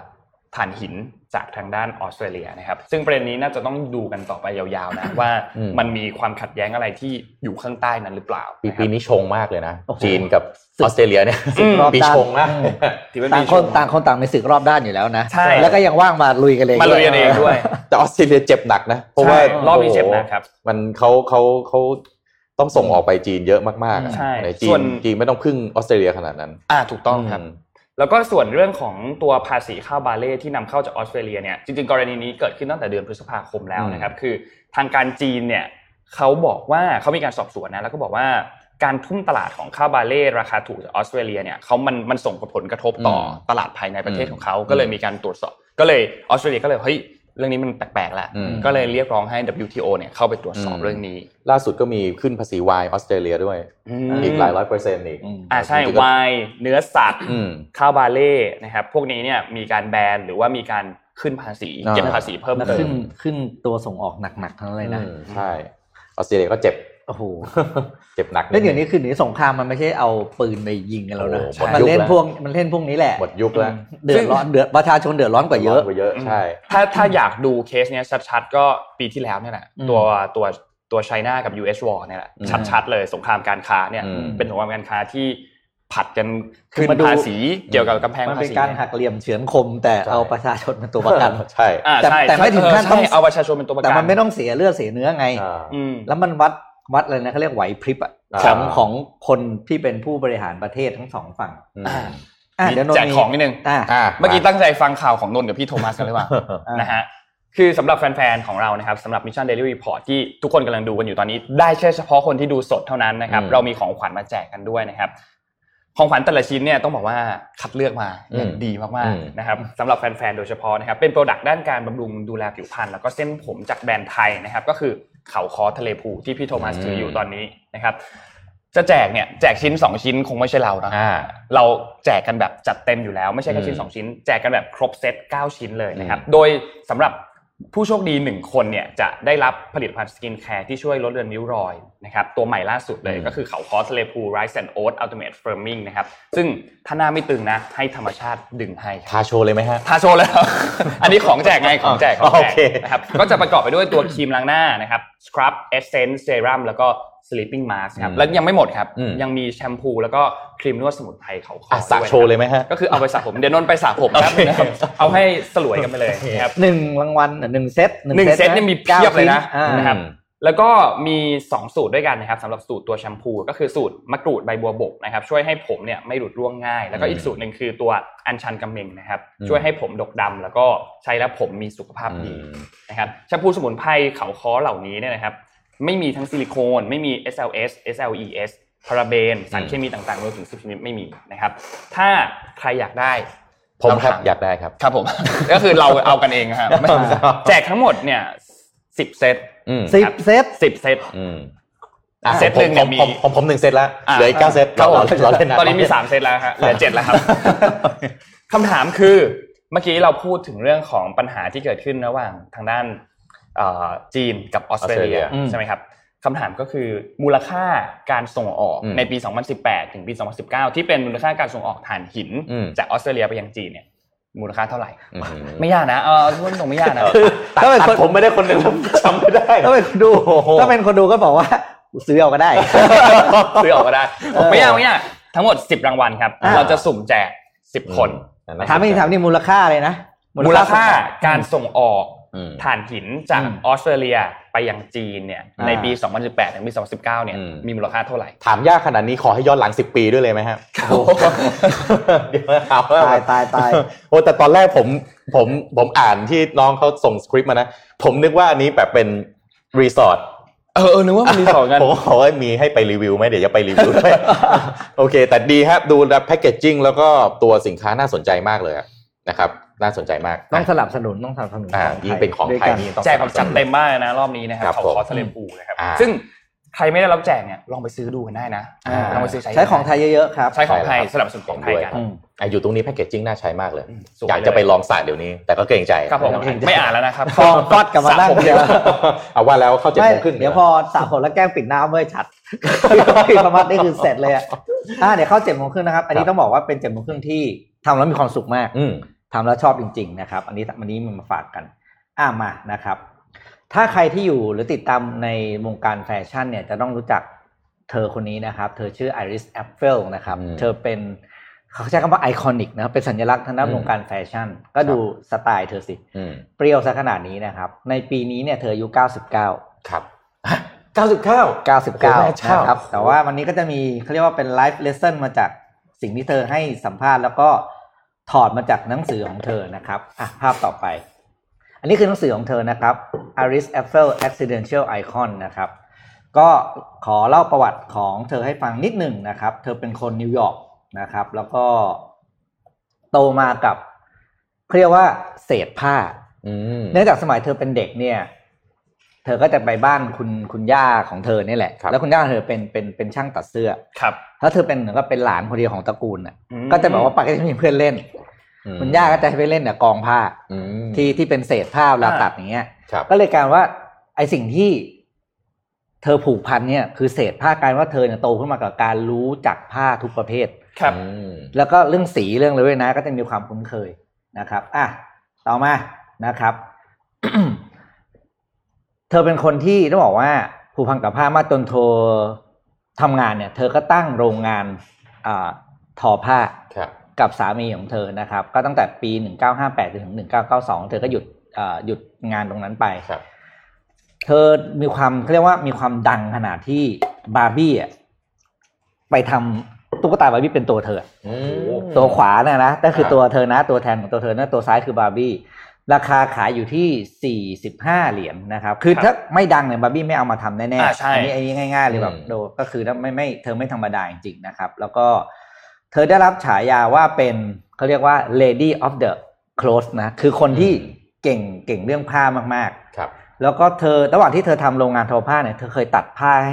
ถ่านหินจากทางด้านออสเตรเลียนะครับซึ่งประเด็นนี้น่าจะต้องดูกันต่อไปยาวๆนะว่ามันมีความขัดแย้งอะไรที่อยู่ข้างใต้นั้นหรือเปล่าปีนี้ชงมากเลยนะจีนกับออสเตรเลียเนี่ยปีชงนะต่างคนมีศึกรอบด้านอยู่แล้วนะแล้วก็ยังว่างมาลุยกันเลยมาลุยกันเองด้วยแต่ออสเตรเลียเจ็บหนักนะเพราะว่ารอบนี้เจ็บหนักครับมันเขาต้องส่งออกไปจีนเยอะมากๆในจีนไม่ต้องพึ่งออสเตรเลียขนาดนั้นถูกต้องครับแล้วก็ส่วนเรื่องของตัวภาษีข้าวบาเล่ที่นำเข้าจากออสเตรเลียเนี่ยจริงๆกรณีนี้เกิดขึ้นตั้งแต่เดือนพฤษภาคมแล้วนะครับคือทางการจีนเนี่ยเขาบอกว่าเขามีการสอบสวนนะแล้วก็บอกว่าการทุ่มตลาดของข้าวบาเล่ราคาถูกจากออสเตรเลียเนี่ยมันส่งผลกระทบต่อตลาดภายในประเทศของเขาก็เลยมีการตรวจสอบก็เลยออสเตรเลียก็เลยเฮ้ยเรื่องนี้มันแปลกๆแล้วก็เลยเรียกร้องให้ WTO เนี่ยเข้าไปตรวจสอบเรื่องนี้ล่าสุดก็มีขึ้นภาษีไวน์ออสเตรเลียด้วยอีกหลาย100%อีกใช่ไวน์เนื้อสัตว์ข้าวบาเล่นะครับพวกนี้เนี่ยมีการแบนหรือว่ามีการขึ้นภาษีเก็บภาษีเพิ่มเติมขึ้นตัวส่งออกหนักๆทั้งนั้นเลยนะใช่ออสเตรเลียก็เจ็บโอ้โหเจ็บหนักแล้วเดี๋ยวนี้คือหนีสงครามมันไม่ใช่เอาปืนไปยิงกันแล้วนะมันเล่นพวกนี้แหละหมดยุคแล้วเดือดร้อนประชาชนเดือดร้อนกว่าเยอะใช่ถ้าอยากดูเคสเนี้ยชัดๆก็ปีที่แล้วเนี่ยแหละตัวไชน่ากับ US War เนี่ยแหละชัดๆเลยสงครามการค้าเนี่ยเป็นสงครามการค้าที่ผัดกันขึ้นภาษีเกี่ยวกับกำแพงภาษีมันเป็นการหักเหลี่ยมเฉือนคมแต่เอาประชาชนเป็นตัวประกันใช่แต่ไม่ถึงขั้นต้องเอาประชาชนเป็นตัวประกันแต่มันไม่ต้องเสียเลือดเสียเนื้อไงแล้วมันวัดอะไรนะเขาเรียกไหวพริบของคนที่เป็นผู้บริหารประเทศทั้งสองฝั่งเดี๋ยวแจกของนิดนึงเมื่อกี้ตั้งใจฟังข่าวของนนท์กับพี่โทมัสกันหรือเปล่านะฮะคือสำหรับแฟนๆของเรานะครับสำหรับ Mission Daily Report ที่ทุกคนกำลังดูกันอยู่ตอนนี้ได้แค่เฉพาะคนที่ดูสดเท่านั้นนะครับเรามีของขวัญมาแจกกันด้วยนะครับของขวัญแต่ละชิ้นเนี่ยต้องบอกว่าคัดเลือกมาอย่างดีมากๆนะครับสำหรับแฟนๆโดยเฉพาะนะครับเป็นโปรดักต์ด้านการบำรุงดูแลผิวพรรณแล้วก็เส้นผมจากแบรนด์ไทยนะครับก็คือเขาค้อทะเลภูที่พี่โทมัสถืออยู่ตอนนี้นะครับจะแจกเนี่ยแจกชิ้น2ชิ้นคงไม่ใช่เรานะเราแจกกันแบบจัดเต็มอยู่แล้วไม่ใช่แค่ชิ้น2ชิ้นแจกกันแบบครบเซต9ชิ้นเลยนะครับโดยสำหรับผู้โชคดี1คนเนี่ยจะได้รับผลิตภัณฑ์สกินแคร์ที่ช่วยลดเลือนริ้วรอยนะครับตัวใหม่ล่าสุดเลยก็คือเขาค้อทะเลภู Rice and Oat Ultimate Firming นะครับซึ่งถ้าหน้าไม่ตึงนะให้ธรรมชาติดึงให้ทาโชว์เลยไหมฮะทาโชว์เลยอันนี้ของแจกไงของแจกนะครับก็จะประกอบไปด้วยตัวครีมล้างหน้านะครับ Scrub Essence Serum แล้วก็ Sleeping Mask ครับแล้วยังไม่หมดครับยังมีแชมพูแล้วก็ครีมนวดสมุนไพรเขาค้อสระโชว์เลยไหมฮะก็คือเอาไปสระผมเดี๋ยวนนท์ไปสระผมครับเอาให้สลวยกันไปเลยนะครับ 1รางวัล1เซต 1เซตนี่มีเพียบเลยนะครับแล้วก็มี2สูตรด้วยกันนะครับสำหรับสูตรตัวแชมพูก็คือสูตรมะกรูดใบบัวบกนะครับช่วยให้ผมเนี่ยไม่หลุดร่วงง่ายแล้วก็อีกสูตรนึงคือตัวอัญชันกำเมงนะครับช่วยให้ผมดกดำแล้วก็ใช้แล้วผมมีสุขภาพดีนะครับแชมพูสมุนไพรเขาค้อเหล่านี้เนี่ยนะครับไม่มีทั้งซิลิโคนไม่มี SLS SLES พาราเบนสารเคมีต่างๆรวมถึง10ชนิดไม่มีนะครับถ้าใครอยากได้ผมครับอยากได้ครับครับผมก็คือเราเอากันเองครับแจกทั้งหมดเนี่ย10เซต 10เซต 10เซตเซตนึงเนี่ยมีผม1เซตแล้วเหลืออีก9เซตตอนนี้มี3เซตแล้วฮะเหลือ7แล้วครับคำถามคือเมื่อกี้เราพูดถึงเรื่องของปัญหาที่เกิดขึ้นระหว่างทางด้านจีนกับออสเตรเลียใช่ไหมครับคำถามก็คือมูลค่าการส่งออกในปี2018ถึงปี2019ที่เป็นมูลค่าการส่งออกถ่านหินจากออสเตรเลียไปยังจีนเนี่ยมูลค่าเท่าไหร่ไม่ยากนะพูดตรงไม่ยากนะถ้าเป็นคนผมไม่ได้คนนึงผมจำไม่ได้ถ้าเป็นคนดูก็บอกว่าซื้อเอาก็ได้ซื้อเอาก็ได้ไม่ยากทั้งหมด10รางวัลครับเราจะสุ่มแจก10คนถามนี่มูลค่าเลยนะมูลค่าการส่งออกถ่านหินจากออสเตรเลียไปยังจีนเนี่ยในปี2018ถึงปี2019เนี่ยมีมูลค่าเท่าไหร่ถามยากขนาดนี้ขอให้ย้อนหลัง10ปีด้วยเลยมั้ยฮะตายโอ้แต่ตอนแรกผมอ่านที่น้องเขาส่งสคริปต์มานะผมนึกว่าอันนี้แบบเป็นรีสอร์ทนึกว่ามันรีสอร์ทกันผมขอว่ามีให้ไปรีวิวมั้ยเดี๋ยวจะไปรีวิวด้วยโอเคแต่ดีครับดูแลแพคเกจจิ้งแล้วก็ตัวสินค้าน่าสนใจมากเลยนะครับน่าสนใจมากต้องสนับสนุนยิ่งเป็นของไทยนี่ต้องแจกแบบจัดเต็มมากนะรอบนี้นะครับเขาค้อทะเลภูนะครับซึ่งใครไม่ได้รับแจกเนี่ยลองไปซื้อดูกันได้นะลองไปซื้อใช้ของไทยเยอะๆครับใช้ของไทยสนับสนุนของไทยกันอยู่ตรงนี้แพคเกจจิ้งน่าใช้มากเลยอยากจะไปลองสระเดี๋ยวนี้แต่ก็เกรงใจครับผมไม่อ่านแล้วนะครับพอก๊อดกลับมานั่งเดียวเอาว่าแล้วเข้า7:30 เดี๋ยวพอสระผมแล้วแกล้งปิดน้ำเมื่อฉัดประมาณนี้คือเสร็จเลยเดี๋ยวเข้า7:30นะครับอันนี้ต้องบอกว่าเป็น7:30ที่ทำแล้วมีความสุขมากทำแล้วชอบจริงๆนะครับอันนี้มันมาฝากกันมานะครับถ้าใครที่อยู่หรือติดตามในวงการแฟชั่นเนี่ยจะต้องรู้จักเธอคนนี้นะครับเธอชื่อไอริสแอปเปิลนะครับเธอเป็นเขาใช้คำว่าไอคอนิกนะครับเป็นสัญลักษณ์ทางด้านวงการแฟชั่นก็ดูสไตล์เธอสิเปรี้ยวซะขนาดนี้นะครับในปีนี้เนี่ยเธออายุ99 ครับ99 นะครับแต่ว่าวันนี้ก็จะมีเขาเรียกว่าเป็นไลฟ์เลสเซ่นมาจากสิ่งที่เธอให้สัมภาษณ์แล้วก็ถอดมาจากหนังสือของเธอนะครับภาพต่อไปอันนี้คือหนังสือของเธอนะครับ Iris Apfel Accidental Icon นะครับก็ขอเล่าประวัติของเธอให้ฟังนิดหนึ่งนะครับเธอเป็นคนนิวยอร์กนะครับแล้วก็โตมากับเรียกว่าเศษผ้าเนื่องจากสมัยเธอเป็นเด็กเนี่ยเธอก็จะไปบ้านคุณย่าของเธอนี่แหละแล้วคุณย่าเธอเป็นช่างตัดเสื้อครับแล้วเธอเป็นเหมือนกับเป็นหลานคนเดียวของตระกูลน่ะก็จะบอกว่าปากก็จะมีเพื่อนเล่นคุณย่าก็จะให้ไปเล่นเนี่ยกองผ้าที่เป็นเศษผ้าเวลาตัดอย่างเงี้ยก็เลยกลายว่าไอสิ่งที่เธอผูกพันเนี่ยคือเศษผ้ากลายว่าเธอเนี่ยโตขึ้นมากับการรู้จักผ้าทุกประเภทครับแล้วก็เรื่องสีเรื่องอะไรด้วยนะก็จะมีความคุ้นเคยนะครับต่อมานะครับ เธอเป็นคนที่ต้องบอกว่าผูกพันกับผ้ามากจนเธอทำงานเนี่ยเธอก็ตั้งโรงงานทอผ้ากับสามีของเธอนะครับก็ตั้งแต่ปี1958จนถึง1992เธอก็หยุดงานตรงนั้นไปเธอมีความเรียกว่ามีความดังขนาดที่บาร์บี้ไปทำตุ๊กตาบาร์บี้เป็นตัวเธอตัวขวานะก็คือตัวเธอนะตัวแทนของตัวเธอนะตัวซ้ายคือบาร์บี้ราคาขายอยู่ที่$45นะครับคือถ้าไม่ดังเนี่ยบาร์บี้ไม่เอามาทำแน่ๆอันนี้ง่ายๆเลยแบบโดก็คือไม่เธอไม่ธรรมดาจริงๆนะครับแล้วก็เธอได้รับฉายาว่าเป็นเขาเรียกว่า Lady of the Clothes นะคือคนที่เก่งเรื่องผ้ามากๆครับแล้วก็เธอระหว่างที่เธอทำโรงงานทอผ้าเนี่ยเธอเคยตัดผ้าให้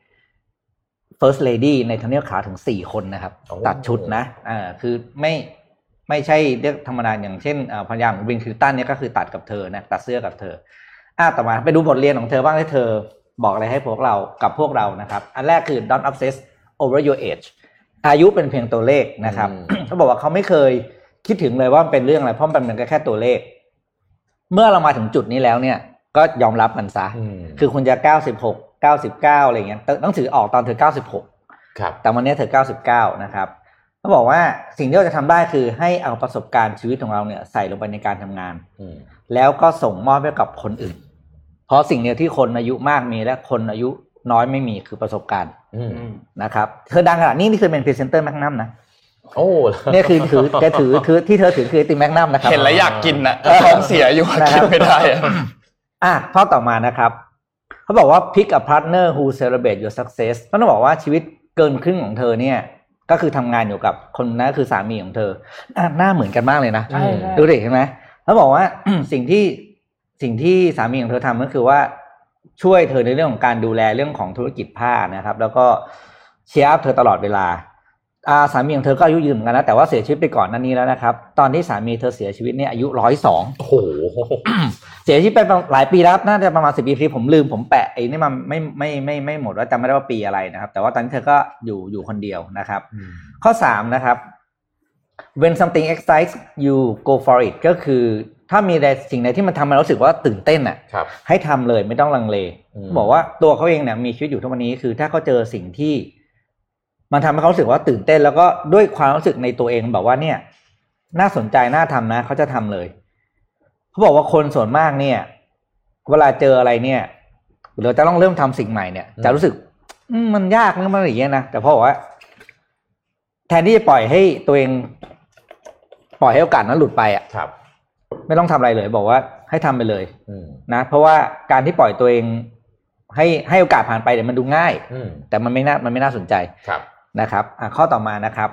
First Lady ในทำเนียบขาวถึง4คนนะครับตัดชุดนะคือไม่ใช่เรียกธรรมดาอย่างเช่นภรรยาของบิล คลินตันเนี่ยก็คือตัดกับเธอนะตัดเสื้อกับเธอต่อมาไปดูบทเรียนของเธอบ้างที่เธอบอกอะไรให้พวกเรานะครับอันแรกคือ don't obsess over your age อายุเป็นเพียงตัวเลขนะครับ เขาบอกว่าเขาไม่เคยคิดถึงเลยว่ามันเป็นเรื่องอะไรเพราะมันเป็นแค่ตัวเลขเมื่อเรามาถึงจุดนี้แล้วเนี่ยก็ยอมรับมันซะคือคุณจะ96 99อะไรเงี้ยหนังสือออกตอนเธอ96 ครับแต่วันนี้เธอ99นะครับเขาบอกว่าสิ่งที่เราจะทำได้คือให้เอาประสบการณ์ชีวิตของเราเนี่ยใส่ลงไปในการทำงานแล้วก็ส่งมอบให้กับคนอื่นเพราะสิ่งเดียวที่คนอายุมากมีและคนอายุน้อยไม่มีคือประสบการณ์นะครับเธอดังขนาดนี้นี่คือเป็นพรีเซนเตอร์แมกนัมนะโอ้เนี่ยคือแกถือที่เธอถือคือไอติมแมกนัมนะครับเห็นแล้วอยากกินนะท้องเสียอยู่กินไม่ได้ข้อต่อมานะครับเขาบอกว่า pick a partner who celebrate your success ต้องบอกว่าชีวิตเกินครึ่งของเธอเนี่ยก็คือทำงานอยู่กับคนนั้นคือสามีของเธอหน้าเหมือนกันมากเลยนะดูดิเห็นไหมเขาบอกว่า สิ่งที่สามีของเธอทำก็คือว่าช่วยเธอในเรื่องของการดูแลเรื่องของธุรกิจผ้านะครับแล้วก็เชียร์อัพเธอตลอดเวลาสามีของเธอก็อายุยืนเหมือนกันนะแต่ว่าเสียชีวิตไปก่อนนั้นนี้แล้วนะครับตอนที่สามีเธอเสียชีวิตเนี่ยอายุ102 โอ้โหเสียชีวิตไปหลายปีแล้วน่าจะประมาณ10 ปีผมลืมผมแปะไอ้นี่มันไม่หมดว่าจำไม่ได้ว่าปีอะไรนะครับแต่ว่าตอนนี้เธอก็อยู่คนเดียวนะครับข้อ3นะครับ when something excites you go for it ก็คือถ้ามีสิ่งใดที่มันทำให้เรารู้สึกว่าตื่นเต้นให้ทำเลยไม่ต้องลังเลบอกว่าตัวเขาเองเนี่ยมีชีวิตอยู่ทุกวันนี้คือถ้าเขาเจอสิ่งที่มันทำให้เขารู้สึกว่าตื่นเต้นแล้วก็ด้วยความรู้สึกในตัวเองแบบว่าเนี่ยน่าสนใจน่าทำนะเขาจะทำเลยเขาบอกว่าคนส่วนมากเนี่ยเวลาเจออะไรเนี่ยเราจะต้องเริ่มทำสิ่งใหม่เนี่ยจะรู้สึกมันยากมันอะไรอย่างเงี้ยนะแต่พอบอกว่าแทนที่จะปล่อยให้ตัวเองปล่อยให้โอกาสนั้นหลุดไปไม่ต้องทำอะไรเลยบอกว่าให้ทำไปเลยนะเพราะว่าการที่ปล่อยตัวเองให้โอกาสผ่านไปเดี๋ยวมันดูง่ายแต่มันไม่น่าสนใจนะครับข้อต่อมานะครับ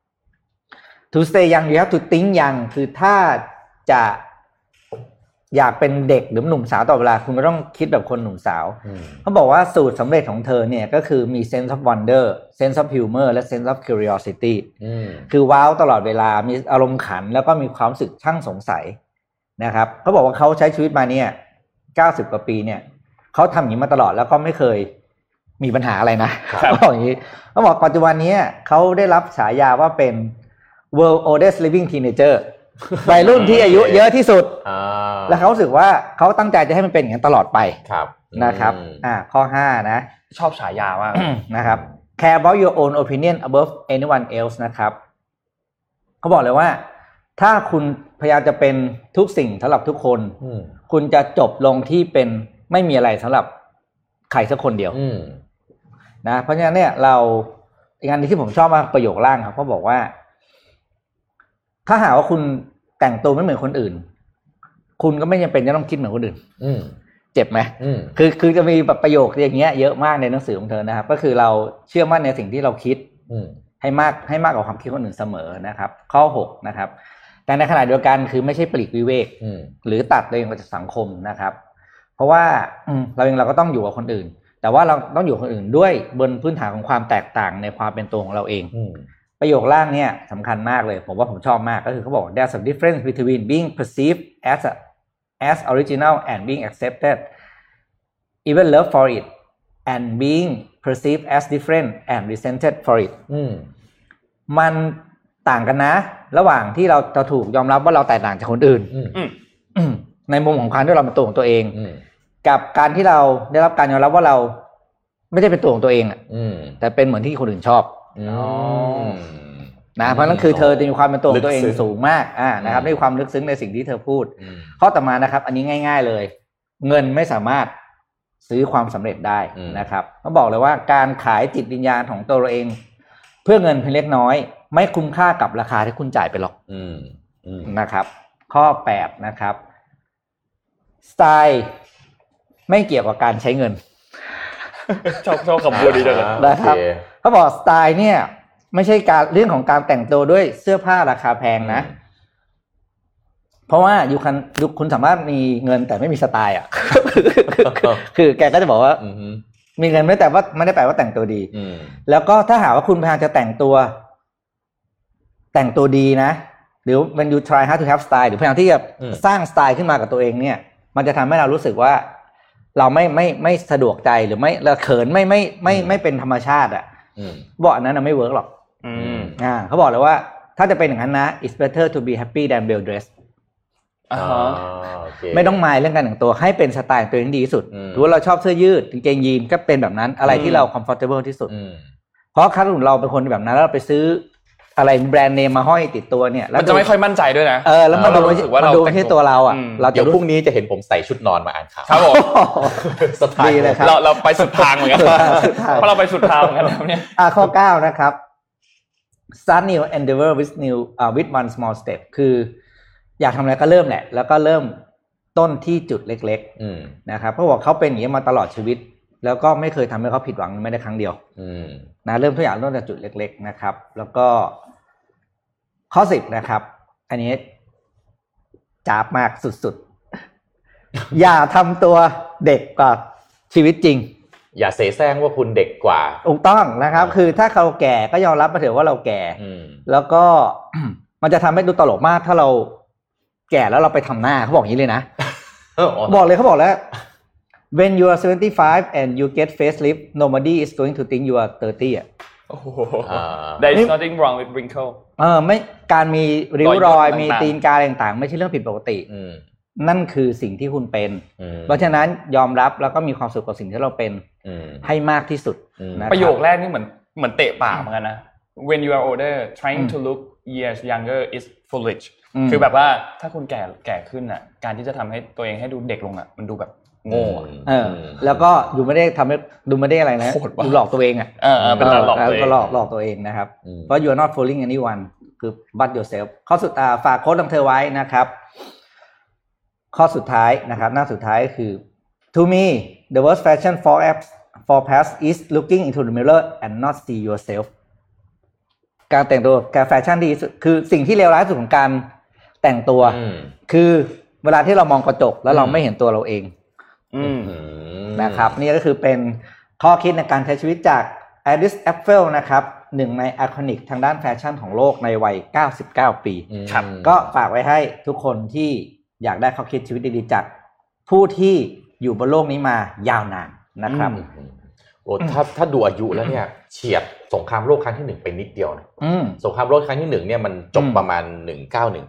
to stay young you have to think young คือถ้าจะอยากเป็นเด็กหรือหนุ่มสาวต่อเวลาคุณก็ต้องคิดแบบคนหนุ่มสาวเขาบอกว่าสูตรสำเร็จของเธอเนี่ยก็คือมี sense of wonder sense of humor และ sense of curiosity คือว้าวตลอดเวลามีอารมณ์ขันแล้วก็มีความรู้สึกช่างสงสัยนะครับเขาบอกว่าเขาใช้ชีวิตมาเนี่ย90 กว่าปีเนี่ยเขาทำอย่างนี้มาตลอดแล้วก็ไม่เคยมีปัญหาอะไรนะเขาบอกอย่างนี้เขาบอกปัจจุบันนี้เขาได้รับฉายาว่าเป็น world oldest living teenager วัยรุ่นที่อายุเยอะที่สุดแล้วเขารู้สึกว่าเขาตั้งใจจะให้มันเป็นอย่างนั้นตลอดไปนะครับข้อ5นะชอบฉายามากนะครับ care about your own opinion above anyone else นะครับเขาบอกเลยว่าถ้าคุณพยายามจะเป็นทุกสิ่งสำหรับทุกคนคุณจะจบลงที่เป็นไม่มีอะไรสำหรับใครสักคนเดียวนะเพราะฉะนั้นเนี่ยเราอีกอันที่ผมชอบมากประโยคล่างครับเขาบอกว่าถ้าหากว่าคุณแต่งตัวไม่เหมือนคนอื่นคุณก็ไม่จำเป็นจะต้องคิดเหมือนคนอื่นเจ็บไหมคือจะมีแบบประโยคอย่างเงี้ยเยอะมากในหนังสือของเธอนะครับก็คือเราเชื่อมั่นในสิ่งที่เราคิดให้มากกว่าความคิดคนอื่นเสมอนะครับข้อ6นะครับแต่ในขณะเดียวกันคือไม่ใช่ปลีกวิเวกหรือตัดตัวเองออกจากสังคมนะครับเพราะว่าเราก็ต้องอยู่กับคนอื่นแต่ว่าเราต้องอยู่กับคนอื่นด้วยบนพื้นฐานของความแตกต่างในความเป็นตัวของเราเองประโยคล่างเนี่ยสำคัญมากเลยผมว่าผมชอบมากก็คือเขาบอก there's a difference between being perceived as original and being accepted even love for it and being perceived as different and resented for it มันต่างกันนะระหว่างที่เราจะถูกยอมรับว่าเราแตกต่างจากคนอื่นในมุมของการที่เราเป็นตัวของตัวเองกับการที่เราได้รับการยอมรับว่าเราไม่ได้เป็นตัวของตัวเองแต่เป็นเหมือนที่คนอื่นชอบนะเพราะนั่นคือเธอจะมีความเป็นตัวของตัวเองสูงมากนะครับมีความลึกซึ้งในสิ่งที่เธอพูดข้อต่อมานะครับอันนี้ง่ายๆเลยเงินไม่สามารถซื้อความสำเร็จได้นะครับเขาบอกเลยว่าการขายจิตวิญญาณของตัวเราเองเพื่อเงินเพียงเล็กน้อยไม่คุ้มค่ากับราคาที่คุณจ่ายไปหรอกนะครับข้อ8นะครับสไตล์ไม่เกี่ยวกับการใช้เงินชอบคำพูดนี้ด้วยนะครับเขาบอกสไตล์เนี่ยไม่ใช่การเรื่องของการแต่งตัวด้วยเสื้อผ้าราคาแพงนะเพราะว่าคุณสามารถมีเงินแต่ไม่มีสไตล์อ่ะคือแกก็จะบอกว่ามีเงินไม่แต่ว่าไม่ได้แปลว่าแต่งตัวดีแล้วก็ถ้าหากว่าคุณพยายามจะแต่งตัวดีนะหรือ when you try hard to have style หรือพยายามที่จะสร้างสไตล์ขึ้นมากับตัวเองเนี่ยมันจะทำให้เรารู้สึกว่าเราไม่สะดวกใจหรือไม่เราเขินไม่เป็นธรรมชาติอ่ะบอกอันนั้นไม่เวิร์กหรอกเขาบอกเลยว่าถ้าจะเป็นอย่างนั้นนะ it's better to be happy than well dressed ไม่ต้องหมายเรื่องการแต่งตัวให้เป็นสไตล์ตัวเองดีที่สุดหรือว่าเราชอบเสื้อยืดกางเกงยีนก็เป็นแบบนั้นอะไรที่เรา comfortable ที่สุดเพราะคันเราเป็นคนแบบนั้นแล้วเราไปซื้ออะไรแบรนด์เนมมาห้อยติดตัวเนี่ยมันจะไม่ค่อยมั่นใจด้วยนะแล้วมันดูที่ตัวเราอ่ะเดี๋ยวพรุ่งนี้จะเห็นผมใส่ชุดนอนมาอ่านข่าวครับผมสไตล์เลยครับเราไปสุดทางเหมือนกันเพราะเราไปสุดทางเหมือนกันแล้วเนี่ยข้อ9นะครับ start new endeavor with one small step คืออยากทำอะไรก็เริ่มแหละแล้วก็เริ่มต้นที่จุดเล็กๆนะครับเพราะว่าเขาเป็นอย่างนี้มาตลอดชีวิตแล้วก็ไม่เคยทำให้เขาผิดหวังไม่ได้ครั้งเดียวนะเริ่มทุกอย่างเริ่มจากจุดเล็กๆนะครับแล้วก็ข้อ10นะครับอันนี้จ๊าบมากสุดๆ อย่าทำตัวเด็กกว่าชีวิตจริงอย่าเสแสร้งว่าคุณเด็กกว่าถูกต้องนะครับคือถ้าเราแก่ก็ยอมรับมาเถอะว่าเราแก่แล้วก็ มันจะทำให้ดูตลกมากถ้าเราแก่แล้วเราไปทำหน้าเขาบอกอย่างนี้เลยนะ บอกเลยเขาบอกแล้ว when you are 75 and you get facelift nobody is going to think you are 30 อ่ะ there is nothing wrong with wrinkle ไม่การมีริ้วรอยมีตีนกาต่างๆไม่ใช่เรื่องผิดปกตินั่นคือสิ่งที่คุณเป็นเพราะฉะนั้นยอมรับแล้วก็มีความสุขกับสิ่งที่เราเป็นให้มากที่สุดประโยคแรกนี่เหมือนเตะปากเหมือนกันนะ when you are older trying to look years younger is foolish คือแบบว่าถ้าคุณแก่ขึ้นอ่ะการที่จะทำให้ตัวเองให้ดูเด็กลงอ่ะมันดูแบบโง่แล้วก็ดูไม่ได้ทำให้ดูไม่ได้อะไรนะดูหลอกตัวเองอ่ะเป็นหลอกตัวเองหลอกตัวเองนะครับเพราะ you are not fooling anyone คือ but yourself ข้อสุดฝากโค้ดของเธอไว้นะครับข้อสุดท้ายนะครับหน้าสุดท้ายคือ to me the worst fashion for past is looking into the mirror and not see yourself การแต่งตัวการแฟชั่นดีสุดคือสิ่งที่เลวร้ายสุดของการแต่งตัวคือเวลาที่เรามองกระจกแล้วเราไม่เห็นตัวเราเองนะครับนี่ก็คือเป็นข้อคิดในการใช้ชีวิตจาก Iris Apfel นะครับหนึ่งในไอคอนิกทางด้านแฟชั่นของโลกในวัย99ปีก็ฝากไว้ให้ทุกคนที่อยากได้ข้อคิดชีวิตดีๆจากผู้ที่อยู่บนโลกนี้มายาวนานนะครับโอ้ถ้าดูอายุแล้วเนี่ยเฉียดสงครามโลกครั้งที่1ไปนิดเดียวนะสงครามโลกครั้งที่1เนี่ยมันจบประมาณ1918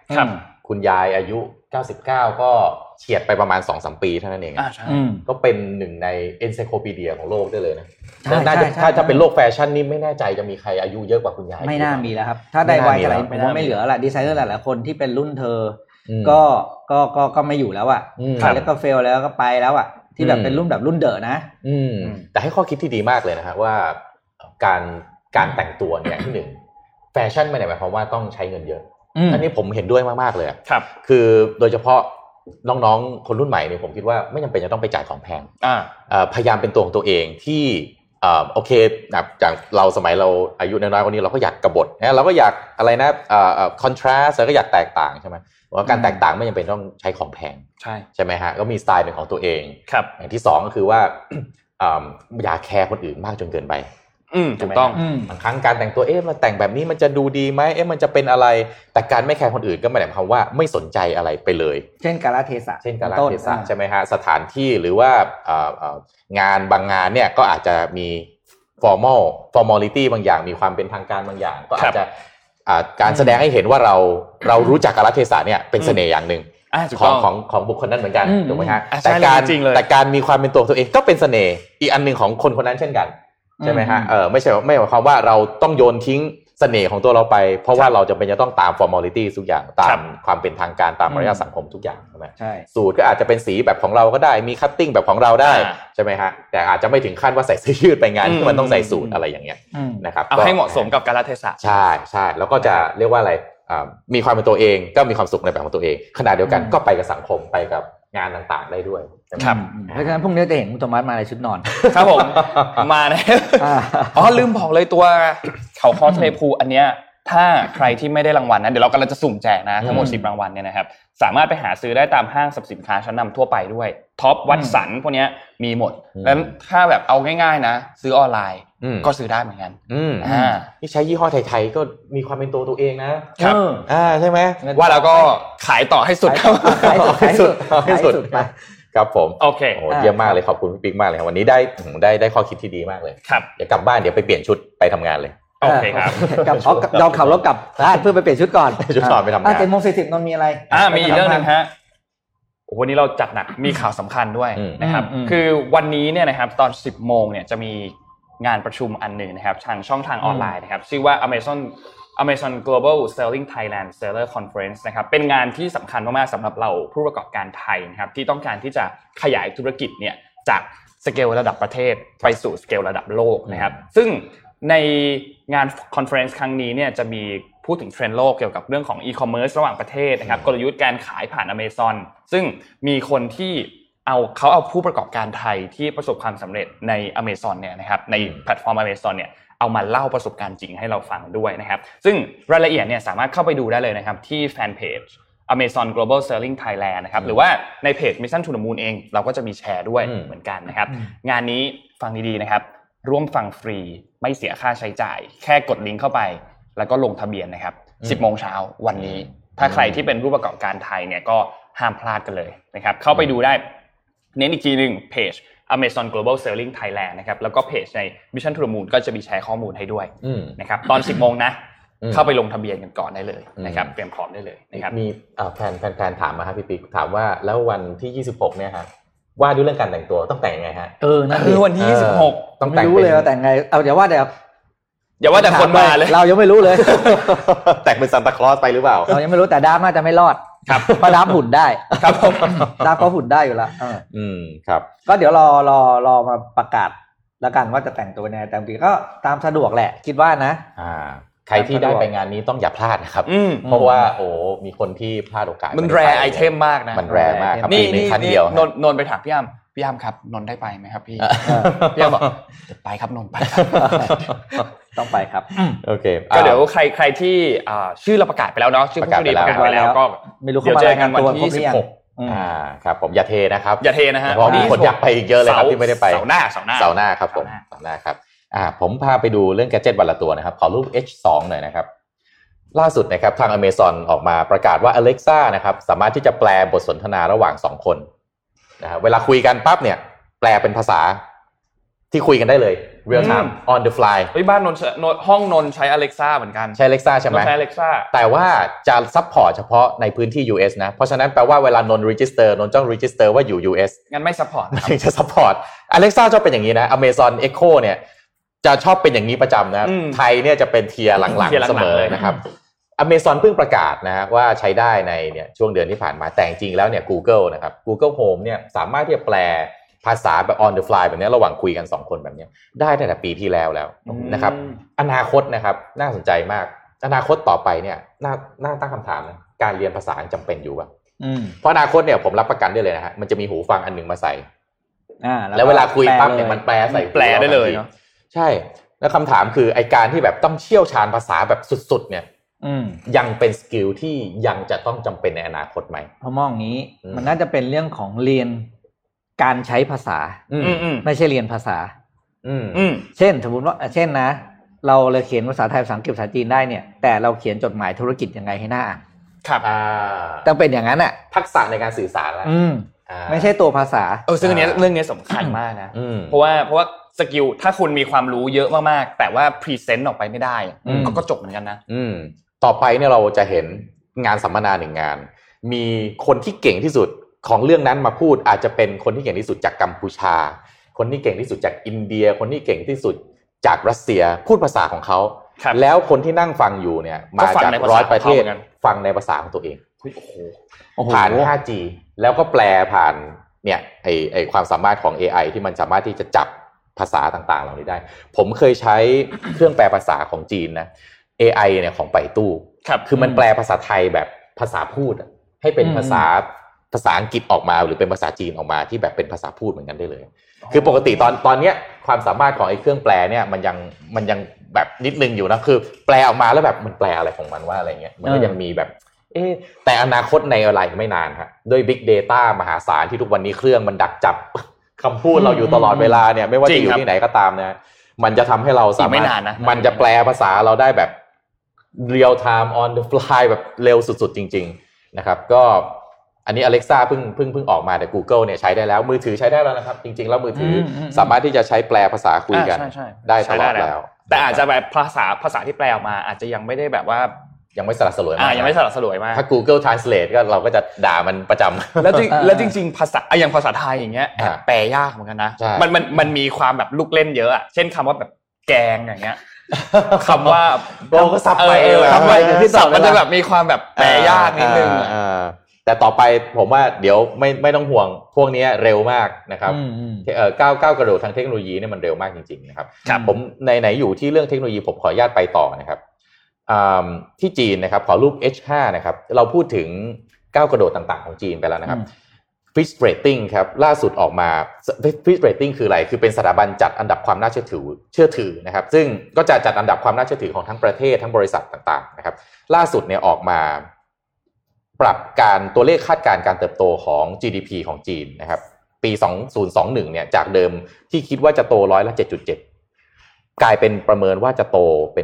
ครับคุณยายอายุ99ก็เฉียดไปประมาณ 2-3 ปีเท่านั้นเองใช่ก็เป็นหนึ่งในเอนไซโคปีเดียของโลกได้เลยนะน่าจะถ้าเป็นโลกแฟชั่นนี่ไม่แน่ใจจะมีใครอายุเยอะกว่าคุณยายไม่น่ามีแล้วครับถ้าได้วัยอะไรผมว่าไม่เหลือละดีไซเนอร์หลายๆคนที่เป็นรุ่นเธอก็ไม่อยู่แล้วอ่ะแล้วก็เฟลแล้วก็ไปแล้วอ่ะที่แบบเป็นรุ่นแบบรุ่นเดอะนะแต่ให้ข้อคิดที่ดีมากเลยนะฮะว่าการแต่งตัวเนี่ยที่หนึ่งแฟชั่นไม่ได้หมายความว่าต้องใช้เงินเยอะอันนี้ผมเห็นด้วยมากๆเลยครับคือโดยเฉพาะน้องๆคนรุ่นใหม่เนี่ยผมคิดว่าไม่จำเป็นจะต้องไปจ่ายของแพงพยายามเป็นตัวของตัวเองที่โอเคจากเราสมัยเราอายุน้อยๆกว่านี้เราก็อยากกบฏนะเราก็อยากอะไรนะคอนทราสต์เราก็อยากแตกต่างใช่ไหมว่าการแตกต่างไม่จำเป็นต้องใช้ของแพงใช่ไหมฮะก็มีสไตล์เป็นของตัวเองอย่างที่สองก็คือว่าอย่าแคร์คนอื่นมากจนเกินไปถูกต้องบางครั้งการแต่งตัวมันแต่งแบบนี้มันจะดูดีไหมมันจะเป็นอะไรแต่การไม่แคร์คนอื่นก็หมายความว่าไม่สนใจอะไรไปเลยเช่นกาลเทศะใช่ไหมฮะสถานที่หรือว่างานบางงานเนี่ยก็อาจจะมีformality บางอย่างมีความเป็นทางการบางอย่างก็อาจจะการแสดงให้เห็นว่าเรารู้จักกาลเทศะเนี่ยเป็นเสน่ห์อย่างหนึ่งของบุคคลนั้นเหมือนกันถูกไหมฮะแต่การมีความเป็นตัวเองก็เป็นเสน่ห์อีกอันนึงของคนนั้นเช่นกันใช่ไหมฮะไม่หมายความว่าเราต้องโยนทิ้งเสน่ห์ของตัวเราไปเพราะว่าเราจะเป็นจะต้องตาม formality ทุกอย่างตามความเป็นทางการตามมารยาทสังคมทุกอย่างใช่ไหมใช่สูตรก็อาจจะเป็นสีแบบของเราก็ได้มีคัตติ้งแบบของเราได้ใช่ไหมฮะแต่อาจจะไม่ถึงขั้นว่าใส่เสื้อยืดไปงานที่มันต้องใส่สูทอะไรอย่างเงี้ยนะครับเอาให้เหมาะสมกับกาลเทศะใช่แล้วก็จะเรียกว่าอะไรมีความเป็นตัวเองก็มีความสุขในแบบของตัวเองขณะเดียวกันก็ไปกับสังคมไปกับงานต่างๆได้ด้วยครับเพราะฉะนั้นพรุ่งนี้จะเห็นคุณโทมัสมาในชุดนอนครับผมมาในลืมบอกเลยตัวเขาคอทะเลพูอันเนี้ยถ้าใครที่ไม่ได้รางวัลนะเดี๋ยวเรากำลังจะสุ่มแจกนะทั้งหมด10รางวัลเนี่ยนะครับสามารถไปหาซื้อได้ตามห้างสรรพสินค้าชั้นนำทั่วไปด้วยท็อปวัตสันพวกนี้มีหมดแล้วถ้าแบบเอาง่ายๆนะซื้อออนไลน์ก็ซื้อได้เหมือนกันที่ใช้ยี่ห้อไทยๆก็มีความเป็นตัวเองนะครับใช่ไหมว่าเราก็ขายต่อให้สุดขายสุดไปครับผมโอเคโอ้เยี่ยมมากเลยขอบคุณพี่ปิ๊กมากเลยครับวันนี้ได้ข้อคิดที่ดีมากเลยครับเดี๋ยวกลับบ้านเดี๋ยวไปเปลี่ยนชุดไปทำงานเลยโอเคครับเราขับรถกลับบ้านเพื่อไปเปลี่ยนชุดก่อนชุดก่อนไปทำงาน 7:40 น.มีอะไรมีอีกเรื่องนึงฮะวันนี้เราจัดหนักมีข่าวสำคัญด้วยนะครับคือวันนี้เนี่ยนะครับตอน 10 โมงเนี่ยจะมีงานประชุมอันหนึ่งนะครับทางช่องทางออนไลน์นะครับชื่อว่า Amazon Global Selling Thailand Seller Conference นะครับเป็นงานที่สำคัญมากๆสำหรับเราผู้ประกอบการไทยนะครับที่ต้องการที่จะขยายธุรกิจเนี่ยจากสเกลระดับประเทศไปสู่สเกลระดับโลกนะครับซึ่งในงานคอนเฟอเรนซ์ครั้งนี้เนี่ยจะมีพูดถึงเทรนด์โลกเกี่ยวกับเรื่องของอีคอมเมิร์ซระหว่างประเทศนะครับกลยุทธ์การขายผ่าน Amazon ซึ่งมีคนที่เขาเอาผู้ประกอบการไทยที่ประสบความสำเร็จใน Amazon เนี่ยนะครับในแพลตฟอร์ม Amazon เนี่ยเอามาเล่าประสบการณ์จริงให้เราฟังด้วยนะครับซึ่งรายละเอียดเนี่ยสามารถเข้าไปดูได้เลยนะครับที่แฟนเพจ Amazon Global Selling Thailand นะครับหรือว่าในเพจ Mission to the Moon เองเราก็จะมีแชร์ด้วยเหมือนกันนะครับงานนี้ฟังดีๆนะครับร่วมฟังฟรีไม่เสียค่าใช้จ่ายแค่กดลิงก์เข้าไปแล้วก็ลงทะเบียนนะครับ 10 โมงเช้าวันนี้ถ้าใครที่เป็นผู้ประกอบการไทยเนี่ยก็ห้ามพลาดกันเลยนะครับเข้าไปดูได้เน้นอีกทีนึงเพจ Amazon Global Selling Thailand นะครับแล้วก็เพจใน Mission to the Moon ก็จะมีแชร์ข้อมูลให้ด้วยนะครับตอน 10 โมงนะเข้าไปลงทะเบียนกันก่อนได้เลยนะครับเตรียมพร้อมได้เลยนะครับมีแฟนถามมาครับพี่ปิ๊กถามว่าแล้ววันที่26เนี่ยฮะว่าด้วยเรื่องการแต่งตัวต้องแต่งยังไงฮะนั่นคือวันที่26 ต้องแต่งรู้เลยว่าแต่งไงเดี๋ยวว่าแต่คนมาเลยเรายังไม่รู้เลยแต่งเป็นซานตาคลอสไปหรือเปล่าเรายังไม่รู้แต่ดาร์ฟน่าจะไม่รอดครับเพราะดาร์ฟหุ่นได้ครับผมดาร์ฟก็หุ่นได้อยู่แล้วครับก็เดี๋ยวรอมาประกาศแล้วกันว่าจะแต่งตัวยังไงแต่บางทีก็ตามสะดวกแหละคิดว่านะใครที่ได้ไปงานนี้ต้องอย่าพลาดนะครับเพราะว่ามีคนที่พลาดโอกาสมันแรร์ไอเทมมากนะมันแรร์มากครับปีนึงครั้งเดียวนนไปถามพี่อ้ำครับนนได้ไปไหมครับพี่อ้ำบอกไปครับนนไปต้องไปครับโอเคก็เดี๋ยวใครที่ชื่อเราประกาศไปแล้วเนาะชื่อผู้โชคดีประกาศไปแล้วก็ไม่รู้เขามาเจอกันวันที่ 26ครับผมอย่าเทนะครับอย่าเทนะฮะเพราะมีคนอยากไปอีกเยอะเลยครับที่ไม่ได้ไปเสาร์หน้าครับผมเสาร์หน้าครับผมพาไปดูเรื่องแกดเจ็ตวันละตัวนะครับขอรูป H2 หน่อยนะครับล่าสุดนะครับทาง Amazon ออกมาประกาศว่า Alexa นะครับสามารถที่จะแปลบทสนทนาระหว่าง2คนนะเวลาคุยกันปั๊บเนี่ยแปลเป็นภาษาที่คุยกันได้เลย real time on the fly บ้านนนห้องนนใช้ Alexa เหมือนกันใช้ Alexa ใช่ไหมใช้ Alexa แต่ว่าจะซัพพอร์ตเฉพาะในพื้นที่ US นะเพราะฉะนั้นแปลว่าเวลานน register นนต้อง register ว่าอยู่ US งั้นไม่ซัพพอร์ตถึงจะซัพพอร์ต Alexa ชอบเป็นอย่างนี้นะ Amazon Echo เนี่ยจะชอบเป็นอย่างนี้ประจำนะไทยเนี่ยจะเป็นเทียร์หลังๆเสมอนะครับ Amazon เพิ่งประกาศนะว่าใช้ได้ในเนี่ยช่วงเดือนที่ผ่านมาแต่จริงแล้วเนี่ย Google นะครับ Google Home เนี่ยสามารถที่จะแปลภาษาแบบ on the fly แบบนี้ระหว่างคุยกัน2คนแบบนี้ได้ตั้งแต่ปีที่แล้วนะครับอนาคตนะครับน่าสนใจมากอนาคตต่อไปเนี่ยน่าตั้งคำถามนะการเรียนภาษาจำเป็นอยู่ป่ะเพราะอนาคตเนี่ยผมรับประกันได้เลยนะฮะมันจะมีหูฟังอันนึงมาใส่แล้วเวลาคุยปั๊บเนี่ยมันแปลใส่แปลได้เลยเนาะใช่แล้วคำถามคือไอการที่แบบต้องเชี่ยวชาญภาษาแบบสุดๆเนี่ยยังเป็นสกิลที่ยังจะต้องจำเป็นในอนาคตไหมเพราะมองนี้มันน่าจะเป็นเรื่องของเรียนการใช้ภาษาไม่ใช่เรียนภาษาเช่นสมมติว่าเช่นนะเราเลยเขียนภาษาไทยภาษาอังกฤษภาษาจีนได้เนี่ยแต่เราเขียนจดหมายธุรกิจยังไงให้น่าอ่านครับต้องเป็นอย่างนั้นอ่ะทักษะในการสื่อสารแล้วไม่ใช่ตัวภาษาซึ่งเรื่องนี้สำคัญมากนะเพราะว่าสกิลถ้าคุณมีความรู้เยอะมากๆแต่ว่าพรีเซนต์ออกไปไม่ได้ก็จบเหมือนกันนะต่อไปเนี่ยเราจะเห็นงานสัมมนา1งานมีคนที่เก่งที่สุดของเรื่องนั้นมาพูดอาจจะเป็นคนที่เก่งที่สุดจากกัมพูชาคนที่เก่งที่สุดจากอินเดียคนที่เก่งที่สุดจากรัสเซียพูดภาษาของเขาแล้วคนที่นั่งฟังอยู่เนี่ยมาจาก100ประเทศฟังในภาษาของตัวเองผ่าน 5G แล้วก็แปลผ่านเนี่ยไอความสามารถของ AI ที่มันสามารถที่จะจับภาษาต่างๆเหล่านี้ได้ผมเคยใช้เครื่องแปลภาษาของจีนนะ AI เนี่ยของไปตู้คือมันแปลภาษาไทยแบบภาษาพูดให้เป็นภาษาอังกฤษออกมาหรือเป็นภาษาจีนออกมาที่แบบเป็นภาษาพูดเหมือนกันได้เลยคือปกติตอนเนี้ยความสามารถของไอ้เครื่องแปลเนี่ยมันยังแบบนิดนึงอยู่นะคือแปลออกมาแล้วแบบมันแปลอะไรของมันว่าอะไรเงี้ยมันก็ยังมีแบบแต่อนาคตในอะไรไม่นานครับด้วย Big Data มหาศาลที่ทุกวันนี้เครื่องมันดักจับคำพูดเราอยู่ตลอดเวลาเนี่ยไม่ว่าจะอยู่ที่ไหนก็ตามนะมันจะทำให้เราสามารถมันจะแปลภาษาเราได้แบบ real time on the fly แบบเร็วสุดๆจริงๆนะครับก็อันนี้ Alexa เพิ่งออกมาแต่ Google เนี่ยใช้ได้แล้วมือถือใช้ได้แล้วนะครับจริงๆแล้วมือถือสามารถที่จะใช้แปลภาษาคุยกันได้ตลอดแล้วแต่อาจจะแบบภาษาที่แปลออกมาอาจจะยังไม่ได้แบบว่ายังไม่สลัดสลวยมากยังไม่สลัดสลวยมากถ้า Google Translate ก็เราก็จะด่ามันประจำแล้วจริงๆภาษาอย่างภาษาไทยอย่างเงี้ยแปลยากเหมือนกันนะมันมีความแบบลูกเล่นเยอะอ่ะเช่นคำว่าแบบแกงอย่างเงี้ยคำว่าเราก็ซับไปคำว่าที่สับมันจะแบบมีความแบบแปลยากนิดนึงแต่ต่อไปผมว่าเดี๋ยวไม่ต้องห่วงพวกนี้เร็วมากนะครับก้าวกระโดดทางเทคโนโลยีเนี่ยมันเร็วมากจริงๆนะครับผมไหนอยู่ที่เรื่องเทคโนโลยีผมขออนุญาตไปต่อนะครับที่จีนนะครับขอรูป H5 นะครับเราพูดถึงก้าวกระโดดต่างๆของจีนไปแล้วนะครับ Fitch Rating ครับล่าสุดออกมา Fitch Rating คืออะไรคือเป็นสถาบันจัดอันดับความน่าเชื่อถือนะครับซึ่งก็จะจัดอันดับความน่าเชื่อถือของทั้งประเทศทั้งบริษัทต่างๆนะครับล่าสุดเนี่ยออกมาปรับการตัวเลขคาดการณ์การเติบโตของ GDP ของจีนนะครับปี2021เนี่ยจากเดิมที่คิดว่าจะโต7.7%กลายเป็นประเมินว่าจะโตเป็น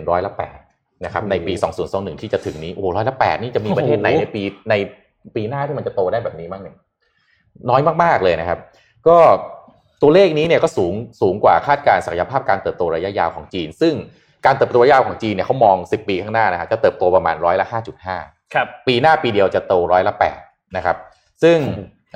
8%นะครับในปี2021ที่จะถึงนี้โอ้8%นี่จะมีประเทศไหนในปีหน้าที่มันจะโตได้แบบนี้บ้างเนี่ยน้อยมากๆเลยนะครับก็ตัวเลขนี้เนี่ยก็สูงกว่าคาดการณ์ศักยภาพการเติบโตระยะยาวของจีนซึ่งการเติบโตระยะยาวของจีนเนี่ยเขามอง10 ปีข้างหน้านะฮะจะเติบโตประมาณ5.5% ครับปีหน้าปีเดียวจะโต8%นะครับซึ่ง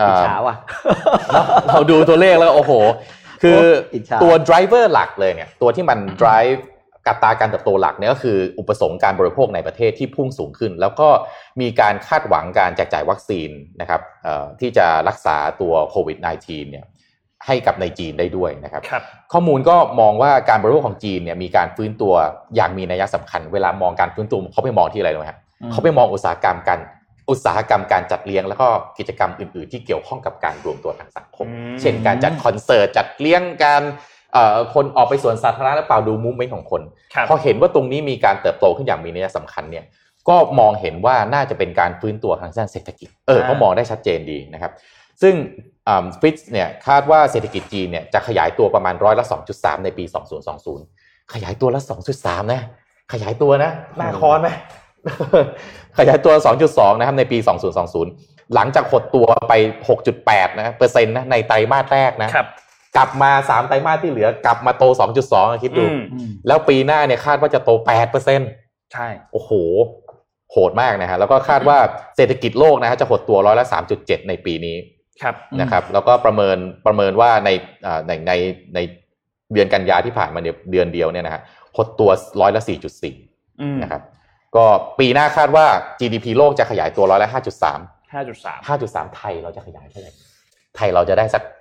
เราดูตัวเลขแล้วโอ้โหคือตัว driver หลักเลยเนี่ยตัวที่มัน drive อัตราการเติบโตหลักเนี่ยก็คืออุปสงค์การบริโภคในประเทศที่พุ่งสูงขึ้นแล้วก็มีการคาดหวังการแจกจ่ายวัคซีนนะครับที่จะรักษาตัวโควิด -19 เนี่ยให้กับในจีนได้ด้วยนะครับข้อมูลก็มองว่าการบริโภคของจีนเนี่ยมีการฟื้นตัวอย่างมีนัยสำคัญเวลามองการฟื้นตัวเขาไปมองที่อะไรรู้ไหมครับเขาไปมองอุตสาหกรรมการจัดเลี้ยงแล้วก็กิจกรรมอื่นๆที่เกี่ยวข้องกับการรวมตัวทางสังคมเช่นการจัดคอนเสิร์ตจัดเลี้ยงการคนออกไปสวนสาธารณะและเปล่าดูมูฟเมนต์ของคนพอเห็นว่าตรงนี้มีการเติบโตขึ้นอย่างมีนัยสำคัญเนี่ยก็มองเห็นว่าน่าจะเป็นการฟื้นตัวทางด้านเศรษฐกิจเขามองได้ชัดเจนดีนะครับซึ่งฟิตเนี่ยคาดว่าเศรษฐกิจจีนเนี่ยจะขยายตัวประมาณ2.3%ในปี2020ขยายตัวละ 2.3 นะขยายตัวนะน่าคอนไหมขยายตัว 2.2 นะครับในปี2020หลังจากหดตัวไป 6.8% นะในไตรมาสแรกนะครับกลับมา3ไตรมาสที่เหลือกลับมาโต 2.2 คิดดูแล้วปีหน้าเนี่ยคาดว่าจะโต 8% ใช่โอ้โหโหดมากนะฮะแล้วก็คาดว่าเศรษฐกิจโลกนะฮะจะหดตัว3.7%ในปีนี้นะครับแล้วก็ประเมินว่าในเดือนกันยาที่ผ่านมาเนี่ยเดือนเดียวเนี่ยนะฮะหดตัว4.4%นะครับก็ปีหน้าคาดว่า GDP โลกจะขยายตัว5.3 ไทยเราจะขยายเท่าไหร่ไทยเราจะได้สัก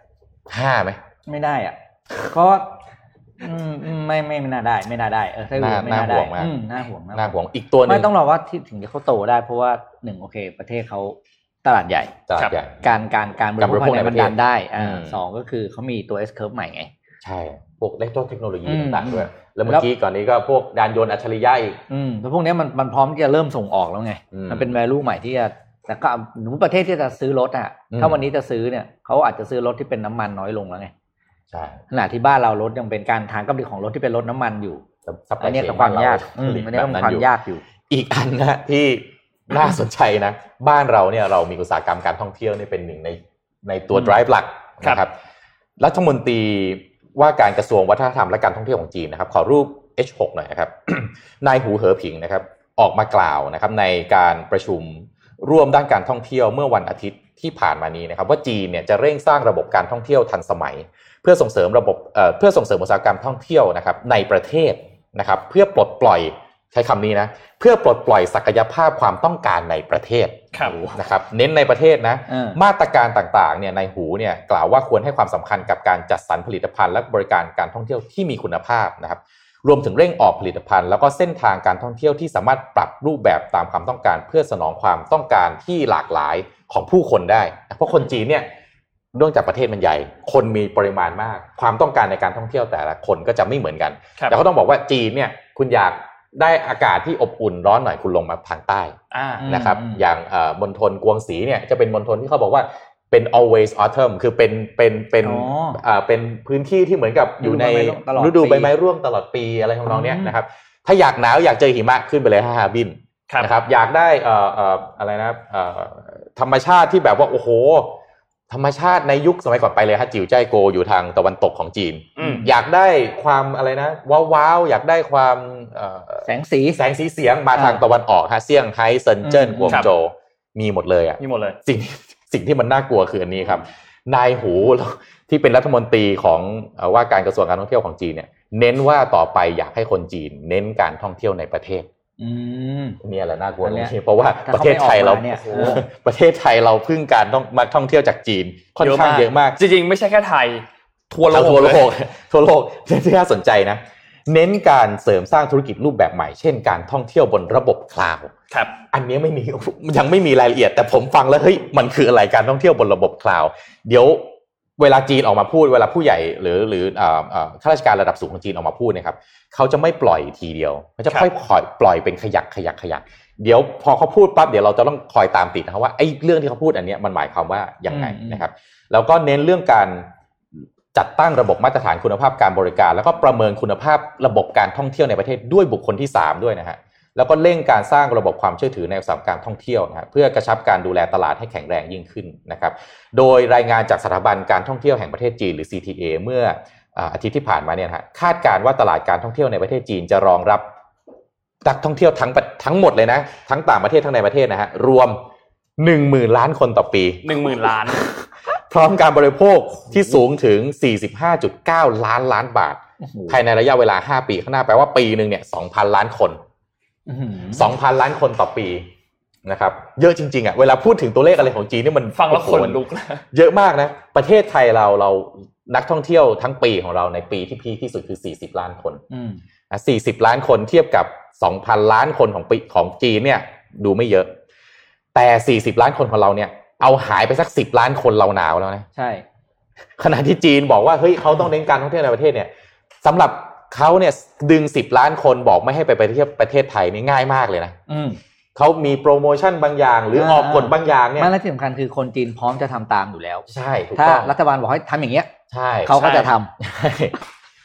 5มั้ยไม่ได้อ่ะก็ไม่น่าได้ถ้าไม่น่าได้น่าห่วงอีกตัวนึงไม่ต้องรอว่าที่ถึงจะเขาโตได้เพราะว่า1โอเคประเทศเขาตลาดใหญ่การบริโภคในมันดันได้2ก็คือเขามีตัว S curve ใหม่ไงใช่พวกเทคโนโลยีต่างๆด้วยแล้วเมื่อกี้ก่อนนี้ก็พวกยานยนต์อัจฉริยะอีกแล้วพวกนี้มันพร้อมที่จะเริ่มส่งออกแล้วไงมันเป็น value ใหม่ที่จะแล้วก็หนูประเทศที่จะซื้อรถอ่ะถ้าวันนี้จะซื้อเนี่ยเขาอาจจะซื้อรถที่เป็นน้ำมันน้อยลงแล้วไงใช่ขณะที่บ้านเรารถยังเป็นการทางกำลังของรถที่เป็นรถน้ำมันอยู่อันนี้ก็ความยากอันนี้ก็ความยากอยู่อีกอันนะที่น่าสนใจนะบ้านเราเนี่ยเรามีอุตสาหกรรมการท่องเที่ยวนี่เป็นหนึ่งในตัว drive หลักนะครับรัฐมนตรีว่าการกระทรวงวัฒนธรรมและการท่องเที่ยวของจีนนะครับขอรูป H6 หน่อยนะครับ นายหูเหอผิงนะครับออกมากล่าวนะครับในการประชุมร่วมด้านการท่องเที่ยวเมื่อวันอาทิตย์ที่ผ่านมานี้นะครับว่าจีนเนี่ยจะเร่งสร้างระบบการท่องเที่ยวทันสมัยเพื่อส่งเสริมอุตสาหกรรมท่องเที่ยวนะครับในประเทศนะครับเพื่อปลดปล่อยใช้คำนี้นะเพื่อปลดปล่อยศักยภาพความต้องการในประเทศนะครับเน้นในประเทศนะมาตรการต่างๆเนี่ยในหูเนี่ยกล่าวว่าควรให้ความสำคัญกับการจัดสรรผลิตภัณฑ์และบริการการท่องเที่ยวที่มีคุณภาพนะครับรวมถึงเร่งออกผลิตภัณฑ์แล้วก็เส้นทางการท่องเที่ยวที่สามารถปรับรูปแบบตามความต้องการเพื่อสนองความต้องการที่หลากหลายของผู้คนได้เพราะคนจีนเนี่ยเนื่องจากประเทศมันใหญ่คนมีปริมาณมากความต้องการในการท่องเที่ยวแต่ละคนก็จะไม่เหมือนกันแต่เขาต้องบอกว่าจีนเนี่ยคุณอยากได้อากาศที่อบอุ่นร้อนหน่อยคุณลงมาทางใต้นะครับอย่างมณฑลกวงสีเนี่ยจะเป็นมณฑลที่เขาบอกว่าเป็น always autumn คือเป็นพื้นที่ที่เหมือนกับอยู่ในฤดูใบไม้ร่วงตลอดปีอะไรของเราเนี่ยนะครับถ้าอยากหนาวอยากเจอหิมะขึ้นไปเลยฮาบินนะครับอยากได้อะไรนะธรรมชาติที่แบบว่าโอ้โหธรรมชาติในยุคสมัยก่อนไปเลยฮะจิ๋วใจโกอยู่ทางตะวันตกของจีนอยากได้ความอะไรนะว้าวอยากได้ความแสงสีเสียงมาทางตะวันออกฮะเซี่ยงไฮ้เซินเจิ้นกวงโจวมีหมดเลยอ่ะมีหมดเลยสิ่งที่มันน่ากลัวคืออันนี้ครับนายหูที่เป็นรัฐมนตรีของว่าการกระทรวงการท่องเที่ยวของจีนเนี่ยเน้นว่าต่อไปอยากให้คนจีนเน้นการท่องเที่ยวในประเทศนี่แหละน่ากลัวตรงนี้เพราะว่าประเทศไทยเราพึ่งการมาท่องเที่ยวจากจีนค่อนข้างเยอะมากจริงๆไม่ใช่แค่ไทยทั่วโลกที่น่าสนใจนะเน้นการเสริมสร้างธุรกิจรูปแบบใหม่เช่นการท่องเที่ยวบนระบบคลาวด์ครับอันนี้ยังไม่มีรายละเอียดแต่ผมฟังแล้วเฮ้ยมันคืออะไรการท่องเที่ยวบนระบบคลาวด์เดี๋ยวเวลาจีนออกมาพูดเวลาผู้ใหญ่หรือข้าราชการระดับสูงของจีนออกมาพูดนะครับเขาจะไม่ปล่อยทีเดียวเขาจะค่อยปล่อยเป็นขยักเดี๋ยวพอเขาพูดปั๊บเดี๋ยวเราจะต้องคอยตามติดนะครับว่าไอ้เรื่องที่เขาพูดอันนี้มันหมายความว่ายังไงนะครับแล้วก็เน้นเรื่องการจัดตั้งระบบมาตรฐานคุณภาพการบริการแล้วก็ประเมินคุณภาพระบบการท่องเที่ยวในประเทศด้วยบุคคลที่3ด้วยนะฮะแล้วก็เร่งการสร้างระบบความเชื่อถือในอุตสาหกรรมท่องเที่ยวนะเพื่อกระชับการดูแลตลาดให้แข็งแรงยิ่งขึ้นนะครับโดยรายงานจากสถาบันการท่องเที่ยวแห่งประเทศจีนหรือ CTA เมื่ออาทิตย์ที่ผ่านมาเนี่ยนะฮะคาดการณ์ว่าตลาดการท่องเที่ยวในประเทศจีนจะรองรับนักท่องเที่ยวทั้งหมดเลยนะทั้งต่างประเทศทั้งในประเทศนะฮะรวม 10,000 ล้านคนต่อปี 10,000 ล้านพร้อมการบริโภคที่สูงถึง 45.9 ล้านบาทภายในระยะเวลา5ปีข้างหน้าแปลว่าปีนึงเนี่ย 2,000 ล้านคน2,000 ล้านคนต่อปีนะครับเยอะจริงๆอ่ะเวลาพูดถึงตัวเลขอะไรของจีนนี่มันฟังแล้วขนลุกเยอะมากนะประเทศไทยเรานักท่องเที่ยวทั้งปีของเราในปีที่พีคที่สุดคือ40ล้านคน40ล้านคนเทียบกับ 2,000 ล้านคนของจีนเนี่ยดูไม่เยอะแต่40ล้านคนของเราเนี่ยเอาหายไปสัก10ล้านคนเราหนาวแล้วนะใช่ขณะที่จีนบอกว่าเฮ้ยเขาต้องเน้นการท่องเที่ยวในประเทศเนี่ยสำหรับเขาเนี่ยดึง10ล้านคนบอกไม่ให้ไปเที่ยวประเทศไทยนี่ง่ายมากเลยนะเขามีโปรโมชั่นบางอย่างหรือออกกฎบางอย่างเนี่ยไม่และที่สำคัญคือคนจีนพร้อมจะทำตามอยู่แล้วใช่ถูกต้องถ้ารัฐบาลบอกให้ทำอย่างเงี้ยใช่เขาก็จะท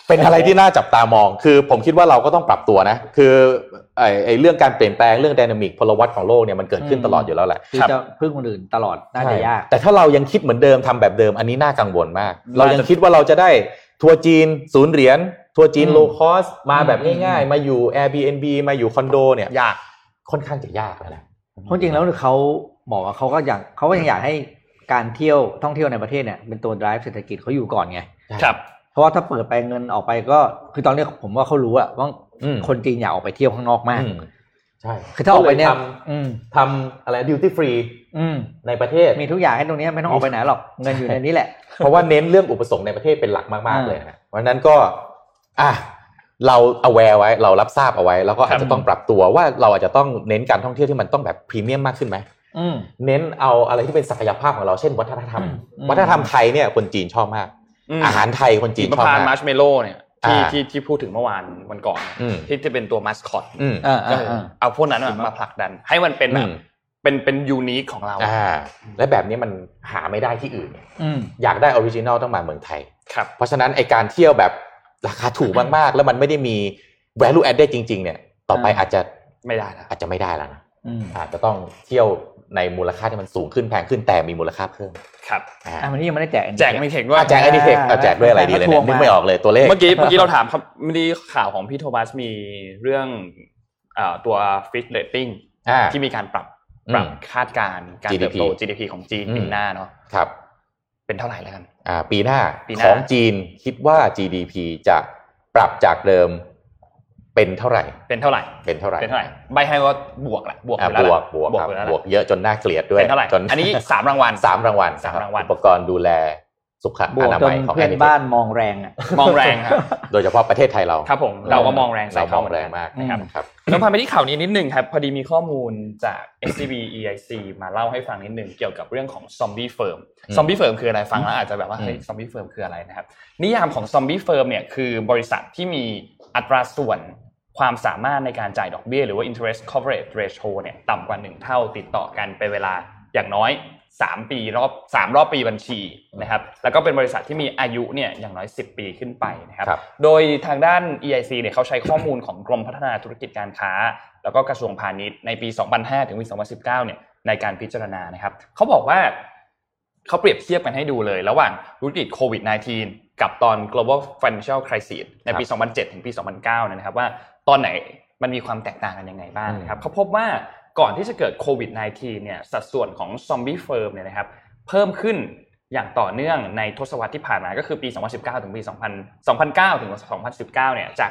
เป็นอะไรที่น่าจับตามองคือผมคิดว่าเราก็ต้องปรับตัวนะคือไอ้เรื่องการเปลี่ยนแปลงเรื่องไดนามิกพลวัตของโลกเนี่ยมันเกิดขึ้นตลอดอยู่แล้วแหละที่จะพึ่งคนอื่นตลอดน่าจะยากแต่ถ้าเรายังคิดเหมือนเดิมทำแบบเดิมอันนี้น่ากังวลมากเรายังคิดว่าเราจะได้ทัวร์จีน0 เหรียญทัวร์จีนโลคอสมาแบบง่ายๆมาอยู่ Airbnb มาอยู่คอนโดเนี่ยยากค่อนข้างจะยากแล้วนะเพราะจริงแล้วเขาบอกว่าเขาก็ยังอยากให้การท่องเที่ยวในประเทศเนี่ยเป็นตัว drive เศรษฐกิจเขาอยู่ก่อนไงครับเพราะว่าถ้าเปิดไปเงินออกไปก็คือตอนนี้ผมว่าเขารู้อะว่าคนจีนอยากออกไปเที่ยวข้างนอกมากใช่คือถ้าออกไปเนี่ยทำอะไร duty free ในประเทศมีทุกอย่างให้ตรงนี้ไม่ต้องออกไปไหนหรอกเงินอยู่ในนี้แหละเพราะว่าเน้นเรื่องอุปสงค์ในประเทศเป็นหลักมากๆเลยนะเพราะนั้นก็เรา aware ไว้เรารับทราบเอาไว้แล้วก็อาจจะต้องปรับตัวว่าเราอาจจะต้องเน้นการท่องเที่ยวที่มันต้องแบบพรีเมียมมากขึ้นไหมเน้นเอาอะไรที่เป็นศักยภาพของเราเช่นวัฒนธรรมไทยเนี่ยคนจีนชอบมากอาหารไทยคนจีนชอบมากมาร์ชเมลโล่เนี่ยที่พูดถึงเมื่อวันก่อนที่จะเป็นตัวมัสคอตเอาพวกนั้นมาผลักดันให้มันเป็นแบบเป็นยูนิคของเราและแบบนี้มันหาไม่ได้ที่อื่นอยากได้ออริจินัลต้องมาเมืองไทยเพราะฉะนั้นไอการเที่ยวแบบราคาถูกมากๆแล้วมันไม่ได้มี value added จริงๆเนี่ยต่อไปอาจจะไม่ได้แล้วนะอาจจะต้องเที่ยวในมูลค่าที่มันสูงขึ้นแพงขึ้นแต่มีมูลค่าเพิ่มครับวันนี้ยังไม่ได้แจกไม่เทคด้วยแจกไอดีเทคแจกด้วยอะไรดีเลยนึกไม่ออกเลยตัวเลขเมื่อกี้เราถามครับไม่ได้ข่าวของพี่โทมัสมีเรื่องตัว Fitch Rating ที่มีการปรับคาดการณ์การเติบโต GDP ของจีนปีหน้าเนาะครับเป็นเท่าไหร่แล้วกันปีหน้าของจีนคิดว่า GDP จะปรับจากเดิมเป็นเท่าไหร่ใบให้ว่าบวกแหละบวกเยอะจนน่าเกลียดด้วยเป็นเท่าไหร่อันนี้3รางวัลอุปกรณ์ดูแลสุขอนามัยของเพื่อนบ้านมองแรงครับโดยเฉพาะประเทศไทยเราครับผมเราก็มองแรงใส่เขามากนะครับแล้วพาไปที่ข่าวนี้นิดนึงครับพอดีมีข้อมูลจาก SCB EIC มาเล่าให้ฟังนิดนึงเกี่ยวกับเรื่องของ Zombie Firm Zombie Firm คืออะไรฟังแล้วอาจจะแบบว่าเฮ้ย Zombie Firm คืออะไรนะครับนิยามของ Zombie Firm เนี่ยคือบริษัทที่มีอัตราส่วนความสามารถในการจ่ายดอกเบี้ยหรือว่า interest coverage ratio เนี่ยต่ำกว่า1เท่าติดต่อกันเป็นเวลาอย่างน้อย3ปีรอบปีบัญชีนะครับแล้วก็เป็นบริษัทที่มีอายุเนี่ยอย่างน้อย10ปีขึ้นไปนะครับโดยทางด้าน EIC เนี่ยเขาใช้ข้อมูลของกรมพัฒนาธุรกิจการค้าแล้วก็กระทรวงพาณิชย์ในปี2005ถึงปี2019เนี่ยในการพิจารณานะครับเขาบอกว่าเขาเปรียบเทียบกันให้ดูเลยระหว่างวิกฤตโควิด -19 กับตอน global financial crisis ในปี2007ถึงปี2009นะครับว่าตอนไหนมันมีความแตกต่างกันยังไงบ้างนะครับเขาพบว่าก่อนที่จะเกิดโควิด -19 เนี่ยสัดส่วนของ Zombie Firm เนี่ยนะครับเพิ่มขึ้นอย่างต่อเนื่องในทศวรรษที่ผ่านมาก็คือปี2019ถึงปี2009ถึง2019เนี่ยจาก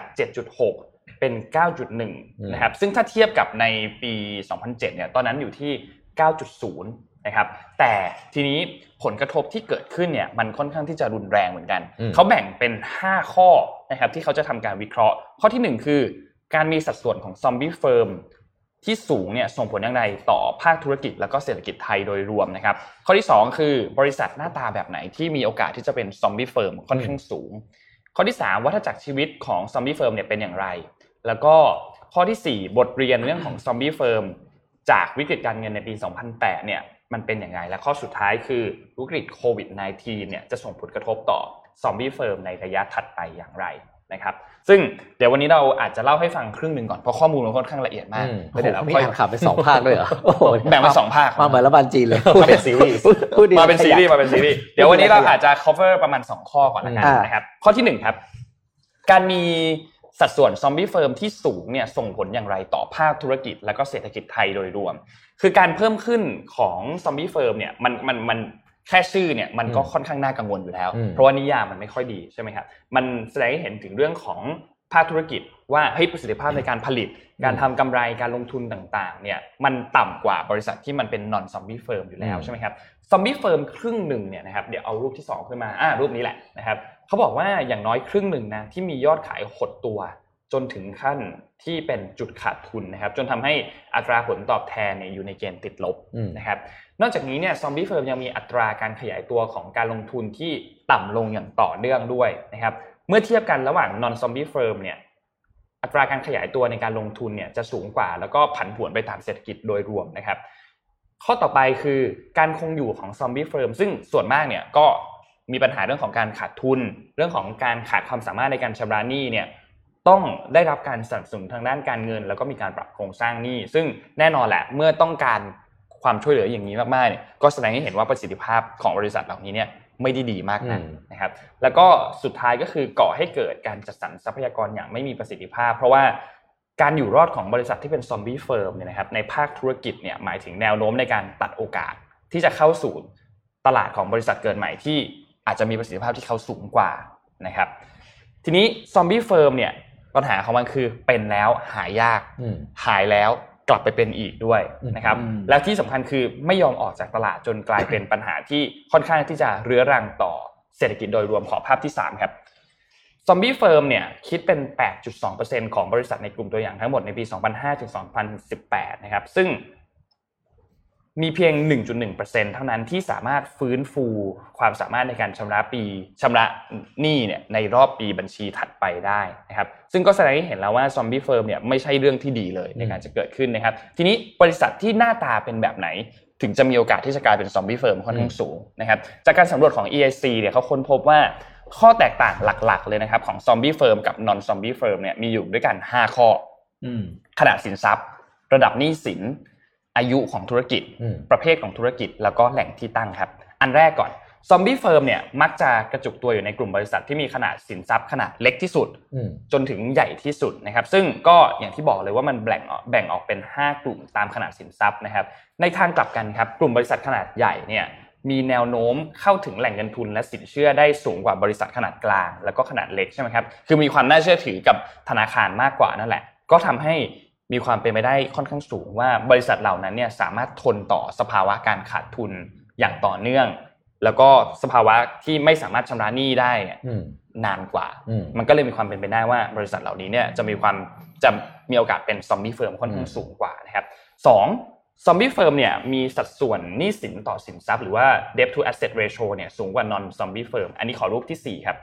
7.6 เป็น 9.1 นะครับซึ่งถ้าเทียบกับในปี 2007 เนี่ยตอนนั้นอยู่ที่ 9.0 นะครับแต่ทีนี้ผลกระทบที่เกิดขึ้นเนี่ยมันค่อนข้างที่จะรุนแรงเหมือนกันเขาแบ่งเป็น5ข้อนะครับที่เขาจะทำการวิเคราะห์ข้อที่1คือการมีสัดส่วนของ Zombie Firm ที่สูงเนี่ยส่งผลอย่างไรต่อภาคธุรกิจแล้วก็เศรษฐกิจไทยโดยรวมนะครับข้อที่2คือบริษัทหน้าตาแบบไหนที่มีโอกาสที่จะเป็น Zombie Firm ค่อนข้างสูงข้อที่3วัฏจักรชีวิตของ Zombie Firm เนี่ยเป็นอย่างไรแล้วก็ข้อที่4บทเรียนเรื่องของ Zombie Firm จากวิกฤตการเงินในปี2008เนี่ยมันเป็นอย่างไรและข้อสุดท้ายคือวิกฤตโควิด -19 เนี่ยจะส่งผลกระทบต่อ Zombie Firm ในระยะถัดไปอย่างไรนะครับซึ่งเดี๋ยววันนี้เราอาจจะเล่าให้ฟังครึ่งนึงก่อนเพราะข้อมูลมันค่อนข้างละเอียดมากเดี๋ยวเราค่อยขับไป2ภาคด้วยเหรอแบ่งเป็น2ภาคมาเหมือนรัฐบาลจีนเลยมาเป็นซีรีส์มาเป็นซีรีส์เดี๋ยววันนี้เราอาจจะ cover ประมาณ2ข้อก่อนละกันนะครับข้อที่1ครับการมีสัดส่วน Zombie Firm ที่สูงเนี่ยส่งผลอย่างไรต่อภาคธุรกิจและก็เศรษฐกิจไทยโดยรวมคือการเพิ่มขึ้นของ Zombie Firm เนี่ยมันแค่ชื่อเนี่ยมันก็ค่อนข้างน่ากังวลอยู่แล้วเพราะว่านิยามมันไม่ค่อยดีใช่ไหมครับมันแสดงให้เห็นถึงเรื่องของภาคธุรกิจว่าเฮ้ยประสิทธิภาพในการผลิตการทำกำไรการลงทุนต่างๆเนี่ยมันต่ำกว่าบริษัทที่มันเป็น non zombie firm อยู่แล้วใช่ไหมครับ zombie firm ครึ่งหนึ่งเนี่ยนะครับเดี๋ยวเอารูปที่2ขึ้นมารูปนี้แหละนะครับเขาบอกว่าอย่างน้อยครึ่งหนึ่งนะที่มียอดขายหดตัวจนถึงขั้นที่เป็นจุดขาดทุนนะครับจนทำให้อัตราผลตอบแทนเนี่ยอยู่ในเกณฑ์ติดลบนะครับนอกจากนี้เนี่ย zombie firm ยังมีอัตราการขยายตัวของการลงทุนที่ต่ำลงอย่างต่อเนื่องด้วยนะครับเมื่อเทียบกันระหว่าง non zombie firm เนี่ยอัตราการขยายตัวในการลงทุนเนี่ยจะสูงกว่าแล้วก็ผันผวนไปตามเศรษฐกิจโดยรวมนะครับข้อต่อไปคือการคงอยู่ของ zombie firm ซึ่งส่วนมากเนี่ยก็มีปัญหาเรื่องของการขาดทุนเรื่องของการขาดความสามารถในการชำระหนี้เนี่ยต้องได้รับการสนับสนุนทางด้านการเงินแล้วก็มีการปรับโครงสร้างหนี้ซึ่งแน่นอนแหละเมื่อต้องการความช่วยเหลืออย่างนี้มากๆเนี่ยก็แสดงให้เห็นว่าประสิทธิภาพของบริษัทเหล่านี้เนี่ยไม่ได้ดีมากนะครับแล้วก็สุดท้ายก็คือก่อให้เกิดการจัดสรรทรัพยากรอย่างไม่มีประสิทธิภาพเพราะว่าการอยู่รอดของบริษัทที่เป็นซอมบี้เฟิร์มเนี่ยนะครับในภาคธุรกิจเนี่ยหมายถึงแนวโน้มในการตัดโอกาสที่จะเข้าสู่ตลาดของบริษัทเกิดใหม่ที่อาจจะมีประสิทธิภาพที่เขาสูงกว่านะครับทีนี้ซอมบี้เฟิร์มเนี่ยปัญหาของมันคือเป็นแล้วหายยากหายแล้วกลับไปเป็นอีกด้วยนะครับแล้วที่สำคัญคือไม่ยอมออกจากตลาดจนกลายเป็นปัญหาที่ค่อนข้างที่จะเรื้อรังต่อเศรษฐกิจโดยรวมขอภาพที่3ครับซอมบี้เฟิร์มเนี่ยคิดเป็น 8.2% ของบริษัทในกลุ่มตัวอย่างทั้งหมดในปี 2005 ถึง 2018 นะครับซึ่งมีเพียง 1.1% เท่านั้นที่สามารถฟื้นฟูความสามารถในการชำระหนี้เนี่ยในรอบปีบัญชีถัดไปได้นะครับซึ่งก็แสดงให้เห็นแล้วว่าซอมบี้เฟิร์มเนี่ยไม่ใช่เรื่องที่ดีเลยในการจะเกิดขึ้นนะครับทีนี้บริษัทที่หน้าตาเป็นแบบไหนถึงจะมีโอกาสที่จะกลายเป็นซอมบี้เฟิร์มค่อนข้างสูงนะครับจากการสำรวจของ EIC เนี่ยเขาค้นพบว่าข้อแตกต่างหลักๆเลยนะครับของซอมบี้เฟิร์มกับนอนซอมบี้เฟิร์มเนี่ยมีอยู่ด้วยกัน5ข้อขนาดสินทรัพย์ระดับหนี้สินอายุของธุรกิจประเภทของธุรกิจแล้วก็แหล่งที่ตั้งครับอันแรกก่อนซอมบี้เฟิร์มเนี่ยมักจะกระจุกตัวอยู่ในกลุ่มบริษัทที่มีขนาดสินทรัพย์ขนาดเล็กที่สุดจนถึงใหญ่ที่สุดนะครับซึ่งก็อย่างที่บอกเลยว่ามันแบ่งออกเป็น5กลุ่มตามขนาดสินทรัพย์นะครับในทางกลับกันครับกลุ่มบริษัทขนาดใหญ่เนี่ยมีแนวโน้มเข้าถึงแหล่งเงินทุนและสินเชื่อได้สูงกว่าบริษัทขนาดกลางแล้วก็ขนาดเล็กใช่ไหมครับคือมีความน่าเชื่อถือกับธนาคารมากกว่านั่นแหละก็ทำให้มีความเป็นไปได้ค่อนข้างสูงว่าบริษัทเหล่านั้นเนี่ยสามารถทนต่อสภาวะการขาดทุนอย่างต่อเนื่องแล้วก็สภาวะที่ไม่สามารถชำระหนี้ได้นานกว่ามันก็เลยมีความเป็นไปได้ว่าบริษัทเหล่านี้เนี่ยจะมีโอกาสเป็นซอมบี้เฟิร์มค่อนข้างสูงกว่านะครับ2ซอมบี้เฟิร์มเนี่ยมีสัดส่วนหนี้สินต่อสินทรัพย์หรือว่า debt to asset ratio เนี่ยสูงกว่า non zombie firm อันนี้ขอรูปที่4ครับ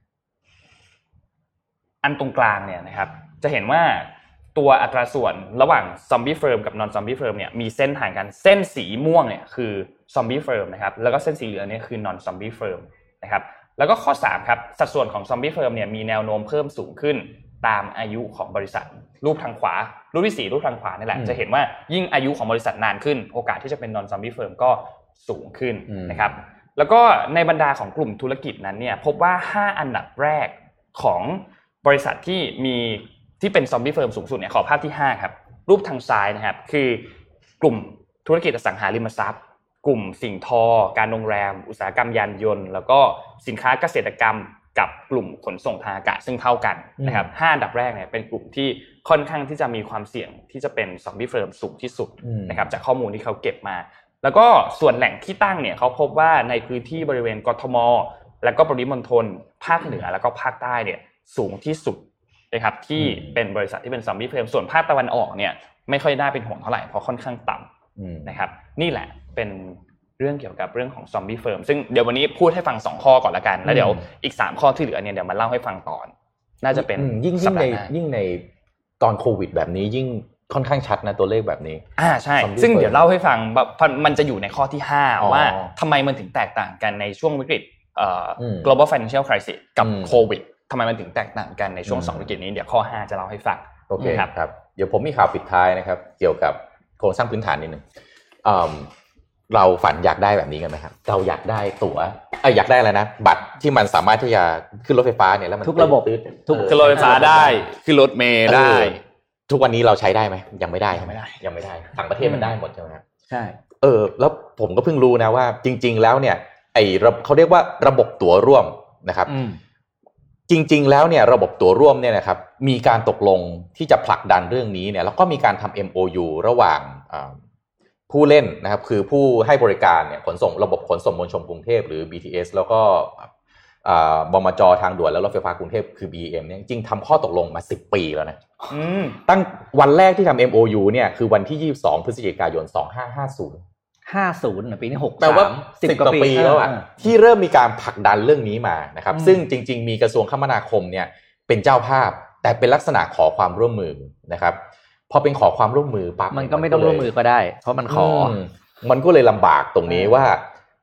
อันตรงกลางเนี่ยนะครับจะเห็นว่าตัวอัตราส่วนระหว่าง zombie firm กับ non zombie firm เนี่ยมีเส้นห่างกันเส้นสีม่วงเนี่ยคือ zombie firm นะครับแล้วก็เส้นสีเหลืองเนี่ยคือ non zombie firm นะครับแล้วก็ข้อ3ครับสัดส่วนของ zombie firm เนี่ยมีแนวโน้มเพิ่มสูงขึ้นตามอายุของบริษัทรูปทางขวารูปที่4รูปทางขวานี่แหละจะเห็นว่ายิ่งอายุของบริษัทนานขึ้นโอกาสที่จะเป็น non zombie firm ก็สูงขึ้นนะครับแล้วก็ในบรรดาของกลุ่มธุรกิจนั้นเนี่ยพบว่า5อันดับแรกของบริษัทที่เป็นซอมบี้เฟิร์มสูงสุดเนี่ยขอภาพที่5ครับรูปทางซ้ายนะครับคือกลุ่มธุรกิจอสังหาริมทรัพย์กลุ่มสิ่งทอการโรงแรมอุตสาหกรรมยานยนต์แล้วก็สินค้าเกษตรกรรมกับกลุ่มขนส่งทางอากาศซึ่งเท่ากันนะครับ5อันดับแรกเนี่ยเป็นกลุ่มที่ค่อนข้างที่จะมีความเสี่ยงที่จะเป็นซอมบี้เฟิร์มสูงที่สุดนะครับจากข้อมูลที่เขาเก็บมาแล้วก็ส่วนแหล่งที่ตั้งเนี่ยเขาพบว่าในพื้นที่บริเวณกทมและก็ปริมณฑลภาคเหนือแล้วก็ภาคใต้เนี่ยสูงที่สุดนะครับที่เป็นบริษัทที่เป็นซอมบี้เฟิร์มส่วนภาคตะวันออกเนี่ยไม่ค่อยน่าเป็นห่วงเท่าไหร่เพราะค่อนข้างต่ำนะครับนี่แหละเป็นเรื่องเกี่ยวกับเรื่องของซอมบี้เฟิร์มซึ่งเดี๋ยววันนี้พูดให้ฟัง2ข้อก่อนละกันแล้วเดี๋ยวอีก3ข้อที่เหลือเนี่ยเดี๋ยวมาเล่าให้ฟังต่อน่าจะเป็นยิ่งในตอนโควิดแบบนี้ยิ่งค่อนข้างชัดนะตัวเลขแบบนี้ใช่ซึ่งเดี๋ยวเล่าให้ฟังมันจะอยู่ในข้อที่5ว่าทำไมมันถึงแตกต่างกันในช่วงวิกฤตglobal financial crisis กับโควิดทำไมมันถึงแตกต่างกันในช่วง2วิกฤตนี้เดี๋ยวข้อ5จะเล่าให้ฟังโอเคครับเดี๋ยวผมมีข่าวปิดท้ายนะครับเกี่ยวกับโครงสร้างพื้นฐานนิดนึงเราฝันอยากได้แบบนี้กันไหมครับเราอยากได้ตั๋วอยากได้อะไรนะบัตรที่มันสามารถที่จะขึ้นรถไฟฟ้าเนี่ยแล้วมันทุกระบบขึ้นรถไฟฟ้าได้ขึ้นรถเมล์ได้ทุกวันนี้เราใช้ได้ไหมยังไม่ได้ยังไม่ได้ต่างประเทศมันได้หมดใช่ไหมครับใช่แล้วผมก็เพิ่งรู้นะว่าจริงๆแล้วเนี่ยเขาเรียกว่าระบบตั๋วร่วมนะครับจริงๆแล้วเนี่ยระบบตั๋วร่วมเนี่ยนะครับมีการตกลงที่จะผลักดันเรื่องนี้เนี่ยแล้วก็มีการทำ MOU ระหว่างผู้เล่นนะครับคือผู้ให้บริการเนี่ยขนส่งระบบขนส่งมวลชนกรุงเทพหรือ BTS แล้วก็บมจ.ทางด่วนและรถไฟฟ้ากรุงเทพคือ BEM เนี่ยจริงๆทำข้อตกลงมา10ปีแล้วนะตั้งวันแรกที่ทำ MOU เนี่ยคือวันที่22พฤศจิกายน2550 นะปีนี้6 แปลว่า10กว่าปีแล้วอ่ะที่เริ่มมีการผลักดันเรื่องนี้มานะครับซึ่งจริงๆมีกระทรวงคมนาคมเนี่ยเป็นเจ้าภาพแต่เป็นลักษณะขอความร่วมมือนะครับพอเป็นขอความร่วมมือปั๊บมันก็ไม่ต้องร่วมมือก็ได้เพราะมันขอมันก็เลยลำบากตรงนี้ว่า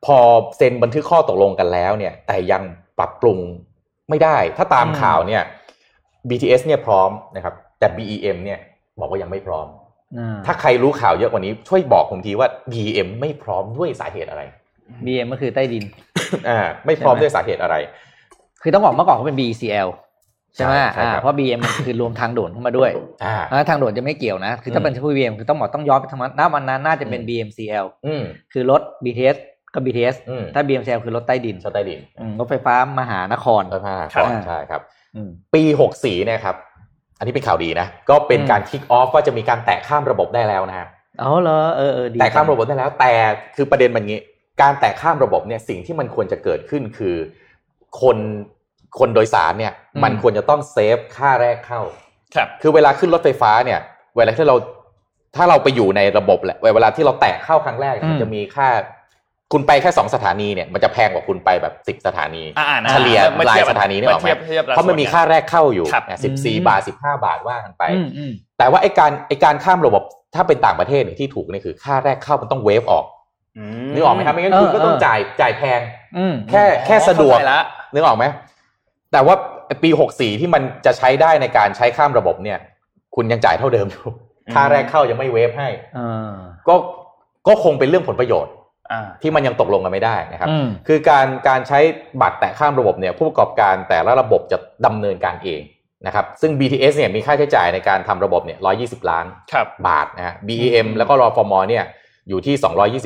พอเซ็นบันทึกข้อตกลงกันแล้วเนี่ยแต่ยังปรับปรุงไม่ได้ถ้าตามข่าวเนี่ย BTS เนี่ยพร้อมนะครับแต่ BEM เนี่ยบอกว่ายังไม่พร้อมถ้าใครรู้ข่าวเยอะกว่านี้ช่วยบอกผมทีว่า BEM ไม่พร้อมด้วยสาเหตุอะไร BEM ก็คือใต้ดินไม่พร้อมด้วยสาเหตุอะไรคือต้องบอกเมื่อก่อนเขาเป็น BECL ใช่ไหมเพราะ BM มันคือรวมทางด่วนเข้ามาด้วยทางด่วนจะไม่เกี่ยวนะคือถ้าเป็นชื่อ BM คือต้องบอกต้องย้อนไปทางณวันนั้นน่าจะเป็น BMCL คือรถ BTS ก็ BTS ถ้า BMCL คือรถใต้ดินรถไฟฟ้ามหานครใช่ครับปี64เนี่ยครับอันนี้เป็นข่าวดีนะก็เป็นการคิกออฟว่าจะมีการแตะข้ามระบบได้แล้วนะอ๋อเหรอดีแตะข้ามระบบได้แล้วแต่คือประเด็นมันงี้การแตะข้ามระบบเนี่ยสิ่งที่มันควรจะเกิดขึ้นคือคนโดยสารเนี่ยมันควรจะต้องเซฟค่าแรกเข้าคือเวลาขึ้นรถไฟฟ้าเนี่ยเวลาที่ถ้าเราไปอยู่ในระบบแหละเวลาที่เราแตะเข้าครั้งแรกมันจะมีค่าคุณไปแค่2สถานีเนี่ยมันจะแพงกว่าคุณไปแบบ10สถานีเฉลี่ยรายสถานีนี่ออกมั้ยเพราะมันมีค่าแรกเข้าอยู่14บาท15บาทว่ากันไปแต่ว่าไอ้การข้ามระบบถ้าเป็นต่างประเทศเนี่ยที่ถูกนี่คือค่าแรกเข้ามันต้องเวฟออกนึกออกมั้ยครับไม่งั้นคุณก็ต้องจ่ายแพงแค่สะดวกนึกออกมั้ยแต่ว่าปี64ที่มันจะใช้ได้ในการใช้ข้ามระบบเนี่ยคุณยังจ่ายเท่าเดิมอยู่ค่าแรกเข้ายังไม่เวฟให้ก็คงเป็นเรื่องผลประโยชน์ที่มันยังตกลงกันไม่ได้นะครับคือการใช้บัตรแตะข้ามระบบเนี่ยผู้ประกอบการแต่ละระบบจะดำเนินการเองนะครับซึ่ง BTS เนี่ยมีค่าใช้จ่ายในการทำระบบเนี่ย120ล้านบาทนะฮะ BEM แล้วก็รฟมเนี่ยอยู่ที่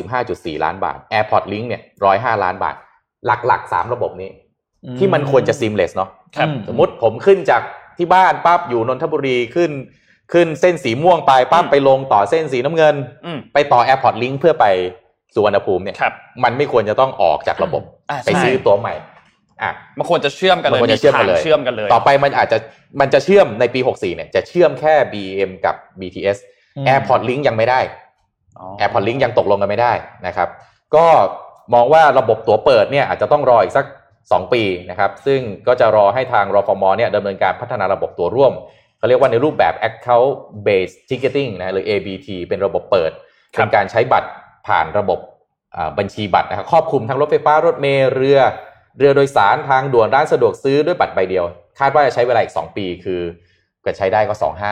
225.4 ล้านบาท Airport Link เนี่ย105ล้านบาทหลักๆ3ระบบนี้ที่มันควรจะ seamless เนาะสมมุติผมขึ้นจากที่บ้านปั๊บอยู่นนทบุรีขึ้นเส้นสีม่วงไปปั๊บไปลงต่อเส้นสีน้ำเงินไปต่อ Airport Link เพื่อไปสุวรรณภูมิเนี่ยมันไม่ควรจะต้องออกจากระบบไปซื้อตั๋วใหม่มันควรจะเชื่อมกันเลยมีทางเชื่อมกันเลยต่อไปมันจะเชื่อมในปี64เนี่ยจะเชื่อมแค่ BM กับ BTS Airport Link ยังไม่ได้Airport Link ยังตกลงกันไม่ได้นะครับก็มองว่าระบบตั๋วเปิดเนี่ยอาจจะต้องรออีกสัก2ปีนะครับซึ่งก็จะรอให้ทางรฟมเนี่ยดำเนินการพัฒนาระบบตั๋วร่วมเขาเรียกว่าในรูปแบบ Account Based Ticketing นะหรือ ABT เป็นระบบเปิดเป็นการใช้บัตรผ่านระบบบัญชีบัตรนะครับครอบคลุมทั้งรถไฟฟ้ารถเมล์เรือโดยสารทางด่วนร้านสะดวกซื้อด้วยบัตรใบเดียวคาดว่าจะใช้เวลาอีก2ปีคือก็ใช้ได้ก็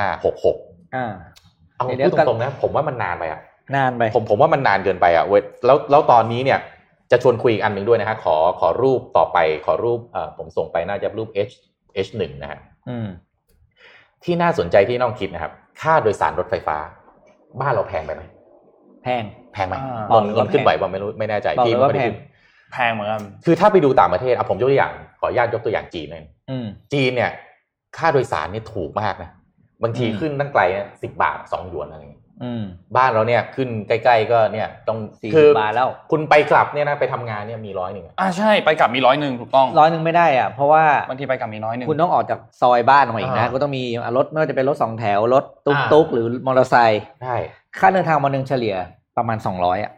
2566เอาพูดตรงๆนะผมว่ามันนานไปนานไปผมว่ามันนานเกินไปแล้วตอนนี้เนี่ยจะชวนคุยอีกอันนึงด้วยนะฮะขอรูปต่อไปขอรูปผมส่งไปน่าจะรูป H1 นะฮะที่น่าสนใจที่น้องคิดนะครับค่าโดยสารรถไฟฟ้าบ้านเราแพงไปไหมแพงไหมนนขึ้นไหวป่ะไม่แน่ใจที่ไม่ได้ขึ้นแพงเหมือนกันคือถ้าไปดูต่างประเทศผมยกตัวอย่างขออนุญาตยกตัวอย่างจีนหน่อยจีนเนี่ยค่าโดยสารนี่ถูกมากนะบางทีขึ้นตั้งไกล10 บาท2หยวนอะไรอย่างเงี้ยบ้านเราเนี่ยขึ้นใกล้ๆก็เนี่ยต้อง 40 บาทแล้วคุณไปกลับเนี่ยนะไปทำงานเนี่ยมี 100ใช่ไปกลับมี100ถูกต้อง 100ไม่ได้เพราะว่าบางทีไปกลับมี100 คุณต้องออกจากซอยบ้านมาอีกนะก็ต้องมีรถไม่ว่าจะเป็นรถ2แถวรถตุ๊กๆหรือมอเตอร์ไซค์ใช่ค่าเดินทางวันนึงเฉลี่ยประมาณ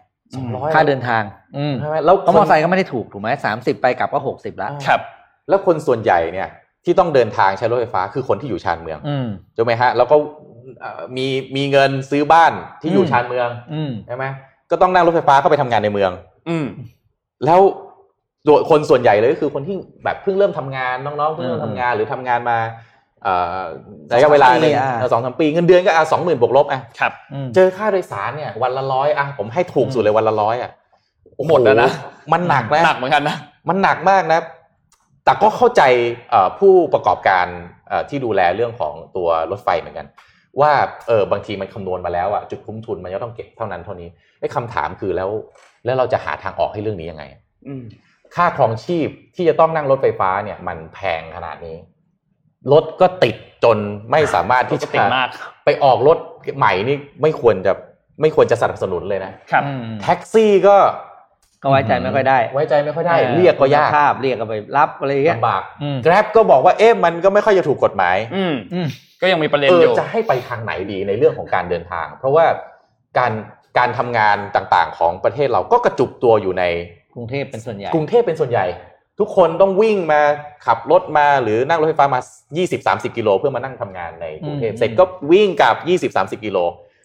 200ค่าเดินทางใช่มั้ยแล้วมอเตอร์ไซค์ก็ไม่ได้ถูกมั้ย30ไปกลับก็60แล้วครับแล้วคนส่วนใหญ่เนี่ยที่ต้องเดินทางใช้รถไฟฟ้าคือคนที่อยู่ชานเมืองถูกมั้ยฮะแล้วก็มีเงินซื้อบ้านที่อยู่ชานเมืองใช่ไหมก็ต้องนั่งรถไฟฟ้าเข้าไปทำงานในเมืองแล้วคนส่วนใหญ่เลยก็คือคนที่แบบเพิ่งเริ่มทำงานน้องๆเพิ่งเริ่มทำงานหรือทำงานมาระยะเวลานึง 2-3 ปีเงินเดือนก็20,000บวกลบครับเจอค่าโดยสารเนี่ยวันละ100ผมให้ถูกสุดเลยวันละ100 หมดแล้วนะมันหนักนะหนักเหมือนกันนะมันหนักมากนะแต่ก็เข้าใจผู้ประกอบการที่ดูแลเรื่องของตัวรถไฟเหมือนกันว่าบางทีมันคำนวณมาแล้วจุดคุ้มทุนมันจะต้องเก็บเท่านั้นเท่านี้คำถามคือแล้วเราจะหาทางออกให้เรื่องนี้ยังไงค่าครองชีพที่จะต้องนั่งรถไฟฟ้าเนี่ยมันแพงขนาดนี้รถก็ติดจนไม่สามารถที่จะไปออกรถใหม่นี่ไม่ควรจะสนับสนุนเลยนะครับแท็กซี่ก็ไว้ใจไม่ค่อยได้เรียกก็ยากเรียกก็ไปรับอะไรอย่างเงี้ยลำบาก Grab ก็บอกว่ามันก็ไม่ค่อยจะถูกกฎหมายก็ยังมีประเด็นอยู่จะให้ไปทางไหนดีในเรื่องของการเดินทางเพราะว่าการทำงานต่างๆของประเทศเราก็กระจุกตัวอยู่ในกรุงเทพเป็นส่วนใหญ่ทุกคนต้องวิ่งมาขับรถมาหรือนั่งรถไฟฟ้ามา 20-30 กิโลเพื่อมานั่งทำงานในกรุงเทพเสร็จก็วิ่งกลับ 20-30 กิโล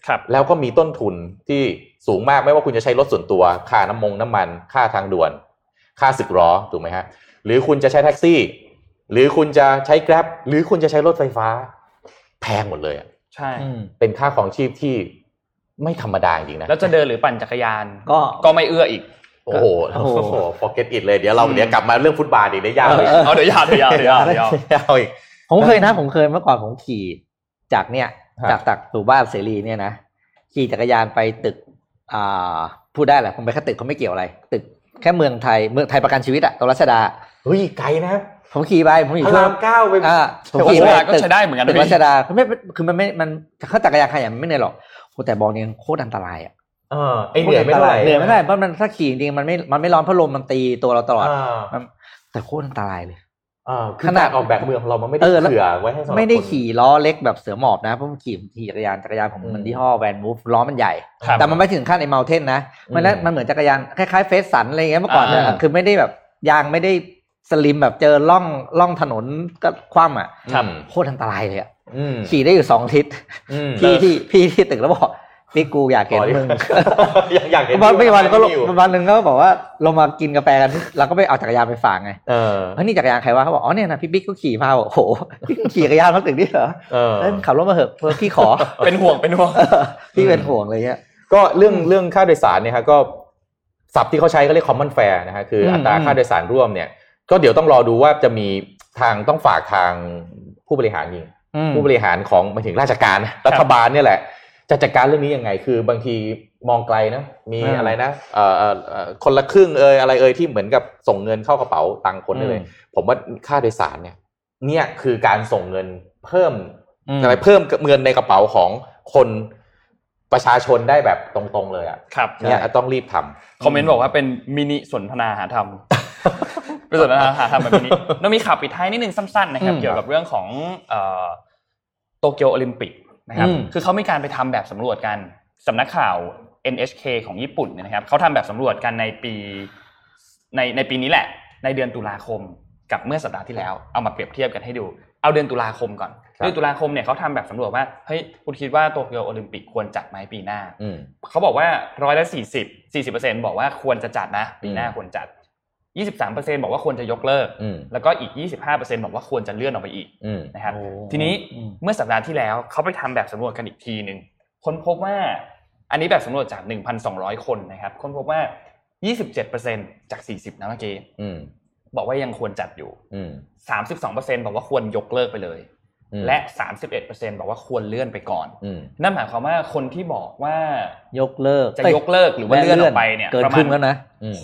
แล้วก็มีต้นทุนที่สูงมากไม่ว่าคุณจะใช้รถส่วนตัวค่าน้ำมันค่าทางด่วนค่า10 ล้อถูกไหมฮะหรือคุณจะใช้แท็กซี่หรือคุณจะใช้ Grab หรือคุณจะใช้รถไฟฟ้าแพงหมดเลยอ่ะใช่เป็นค่าของชีพที่ไม่ธรรมดาจริงนะแล้วจะเดินหรือปั่นจักรยานก็ไม่เอื้ออีกโอ้โห forget it เลยเดี๋ยวกลับมาเรื่องฟุตบาทอีกได้ยาวเลยเดี๋ยวยาวอีกผมเคยเมื่อก่อนผมขี่จากเนี่ยจากตู่บ้านเสรีเนี่ยนะขี่จักรยานไปตึกพูดได้แหละผมไปแค่ตึกเขาไม่เกี่ยวอะไรตึกแค่เมืองไทยประกันชีวิตอะตรงรัชดาเฮ้ยไกลนะผมขี่ไปผมอยู่ช่วง9ไปผมขี่ไปก็ใช้ได้เหมือนกันตึกรัชดาไม่คือมันเขาจักรยานใครอย่างไม่เหนื่อยหรอกแต่บอกเนี่ยโคตรอันตรายอะไอเหนื่อยไม่ได้เพราะมันถ้าขี่จริงมันไม่ร้อนเพราะลมมันตีตัวเราตลอดแต่โคตรอันตรายเลยขนาดออกแบบเมืองเรามันไม่ได้เผื่อไว้ให้ไม่ได้ขี่ล้อเล็กแบบเสือหมอบนะเพราะผมขี่จักรยานผมมันยี่ห้อแวนมูฟล้อมันใหญ่แต่มันไม่ถึงขั้นไอ้เมาเทนนะมันเหมือนจักรยานคล้ายๆเฟสสันอะไรเงี้ยเมื่อก่อนคือไม่ได้แบบยางไม่ได้สลิมแบบเจอล่องถนนก็คว่ำอ่ะโคตรอันตรายเลยอ่ะขี่ได้อยู่2 ทิศพี่ที่ตึกแล้วบอกนี่กูอยากเห็นมึงอยากเห็นไม่วันนึงก็บอกว่าลงมากินกาแฟกันเราก็ไปเอาจักรยานไปฝากไงเพราะนี่จักรยานใครวะเขาบอกเนี่ยนะพี่บิ๊กก็ขี่มาโอ้โหพี่ขี่จักรยานมาตึกนี่เหรอขับรถมาเหอะเพื่อพี่ขอเป็นห่วงพี่เป็นห่วงเลยเนี่ยก็เรื่องค่าโดยสารเนี่ยครับก็ศัพท์ที่เขาใช้ก็เรียก common fare นะฮะคืออัตราค่าโดยสารร่วมเนี่ยก็เดี๋ยวต้องรอดูว่าจะมีต้องฝากทางผู้บริหารผู้บริหารของหมายถึงราชการรัฐบาลเนี่ยแหละจะจัดการเรื่องนี้ยังไงคือบางทีมองไกลนะมีอะไรนะคนละครึ่งอะไรที่เหมือนกับส่งเงินเข้ากระเป๋าตังค์คนได้เลยผมว่าค่าโดยสารเนี่ยคือการส่งเงินเพิ่มอะไรเพิ่มเงินในกระเป๋าของคนประชาชนได้แบบตรงๆเลยอ่ะเนี่ยต้องรีบทำคอมเมนต์บอกว่าเป็นมินิสนทนาหาธรรมเป็นสนทนาหาธรรมแบบนี้แล้วมีข่าวปิดท้ายนิดนึงสั้นๆนะครับเกี่ยวกับเรื่องของโตเกียวโอลิมปิกนะครับคือเขามีการไปทำแบบสำรวจกันสำนักข่าว NHK ของญี่ปุ่นเนี่ยนะครับเขาทำแบบสำรวจกันในปีนี้แหละในเดือนตุลาคมกับเมื่อสัปดาห์ที่แล้วเอามาเปรียบเทียบกันให้ดูเอาเดือนตุลาคมก่อนเดือนตุลาคมเนี่ยเขาทำแบบสำรวจว่าเฮ้ยคุณคิดว่าโตเกียวโอลิมปิกควรจัดไหมปีหน้าเขาบอกว่า40% บอกว่าควรจะจัดนะปีหน้าควรจัด23% บอกว่าควรจะยกเลิกแล้วก็อีก 25% บอกว่าควรจะเลื่อนออกไปอีกนะครับทีนี้เมื่อสัปดาห์ที่แล้วเขาไปทำแบบสำรวจกันอีกทีนึงค้นพบว่าอันนี้แบบสำรวจจาก 1,200 คนนะครับค้นพบว่า 27% จาก40นะเมื่อกี้บอกว่ายังควรจัดอยู่ 32% บอกว่าควรยกเลิกไปเลยและ 31% บอกว่าควรเลื่อนไปก่อนนั่นหมายความว่าคนที่บอกว่ายกเลิกจะยกเลิกหรือว่าเลื่อนออกไปเนี่ยประมาณแล้วนะ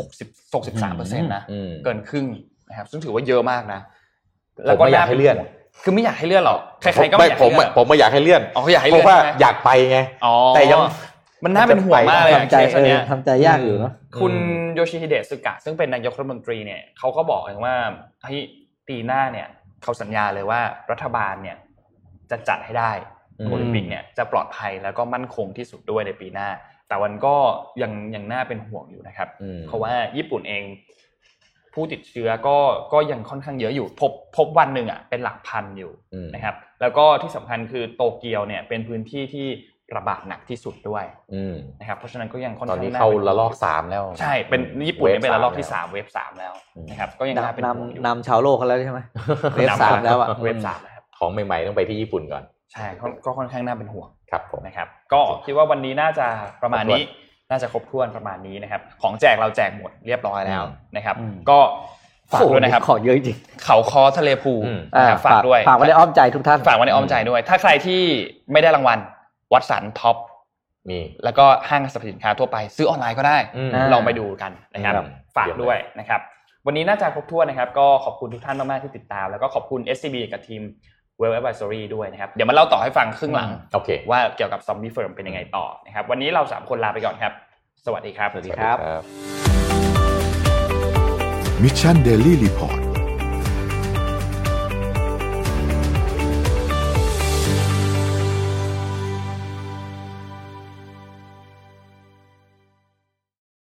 63%นะเกินครึ่งนะครับซึ่งถือว่าเยอะมากนะแล้วก็อยากให้เลื่อนคือไม่อยากให้เลื่อนหรอกใครๆก็ไม่อยากให้เลื่อนผมไม่อยากให้เลื่อนเขาอยากให้เลื่อนเพราะว่าอยากไปไงแต่ยังมันน่าเป็นห่วงมากเลยทำใจยากอยู่เนาะคุณโยชิฮิเดะสึกะซึ่งเป็นนายกรัฐมนตรีเนี่ยเขาก็บอกเองว่าให้ปีหน้าเนี่ยเขาสัญญาเลยว่ารัฐบาลเนี่ยจะจัดให้ได้โอลิมปิกเนี่ยจะปลอดภัยแล้วก็มั่นคงที่สุดด้วยในปีหน้าแต่มันก็ยังน่าเป็นห่วงอยู่นะครับเพราะว่าญี่ปุ่นเองผู้ติดเชื้อก็ยังค่อนข้างเยอะอยู่พบวันนึงอ่ะเป็นหลักพันอยู่นะครับแล้วก็ที่สำคัญคือโตเกียวเนี่ยเป็นพื้นที่ที่ระบาดหนักที่สุดด้วยนะครับเพราะฉะนั้นก็ยังค่อนข้างตอนนี้เข้าระลอก3แล้วใช่เป็นญี่ปุ่นเป็นระลอกที่3เวฟ3แล้วนะครับก็ยังน่าเป็นห่วงอยู่นำชาวโลกเขาแล้วใช่มั้ยเวฟ3แล้วอ่ะเวฟ3นะครับของใหม่ๆต้องไปที่ญี่ปุ่นก่อนใช่ก็ค่อนข้างน่าเป็นห่วงครับผมนะครับก็คิดว่าวันนี้น่าจะประมาณนี้น่าจะครบถ้วนประมาณนี้นะครับของแจกเราแจกหมดเรียบร้อยแล้วนะครับก็ฝากด้วยนะครับขอเยอะจริงเขาคอทะเลภูนะครับฝากด้วยฝากไว้ในอ้อมใจทุกท่านฝากไว้ในอ้อมใจด้วยถ้าใครที่ไม่ได้รางวัลวัตสันท็อปมีแล้วก็ห้างสรรพสินค้าทั่วไปซื้อออนไลน์ก็ได้ลองไปดูกันนะครับฝากด้วยนะครับวันนี้น่าจะครบถ้วนนะครับก็ขอบคุณทุกท่านมากๆที่ติดตามแล้วก็ขอบคุณ SCB กับทีม Well Advisory ด้วยนะครับเดี๋ยวมาเล่าต่อให้ฟังครึ่งหลังว่าเกี่ยวกับ Zombie Firm เป็นยังไงต่อนะครับวันนี้เรา3คนลาไปก่อนครับสวัสดีครับสวัสดีครับ Mission Daily Report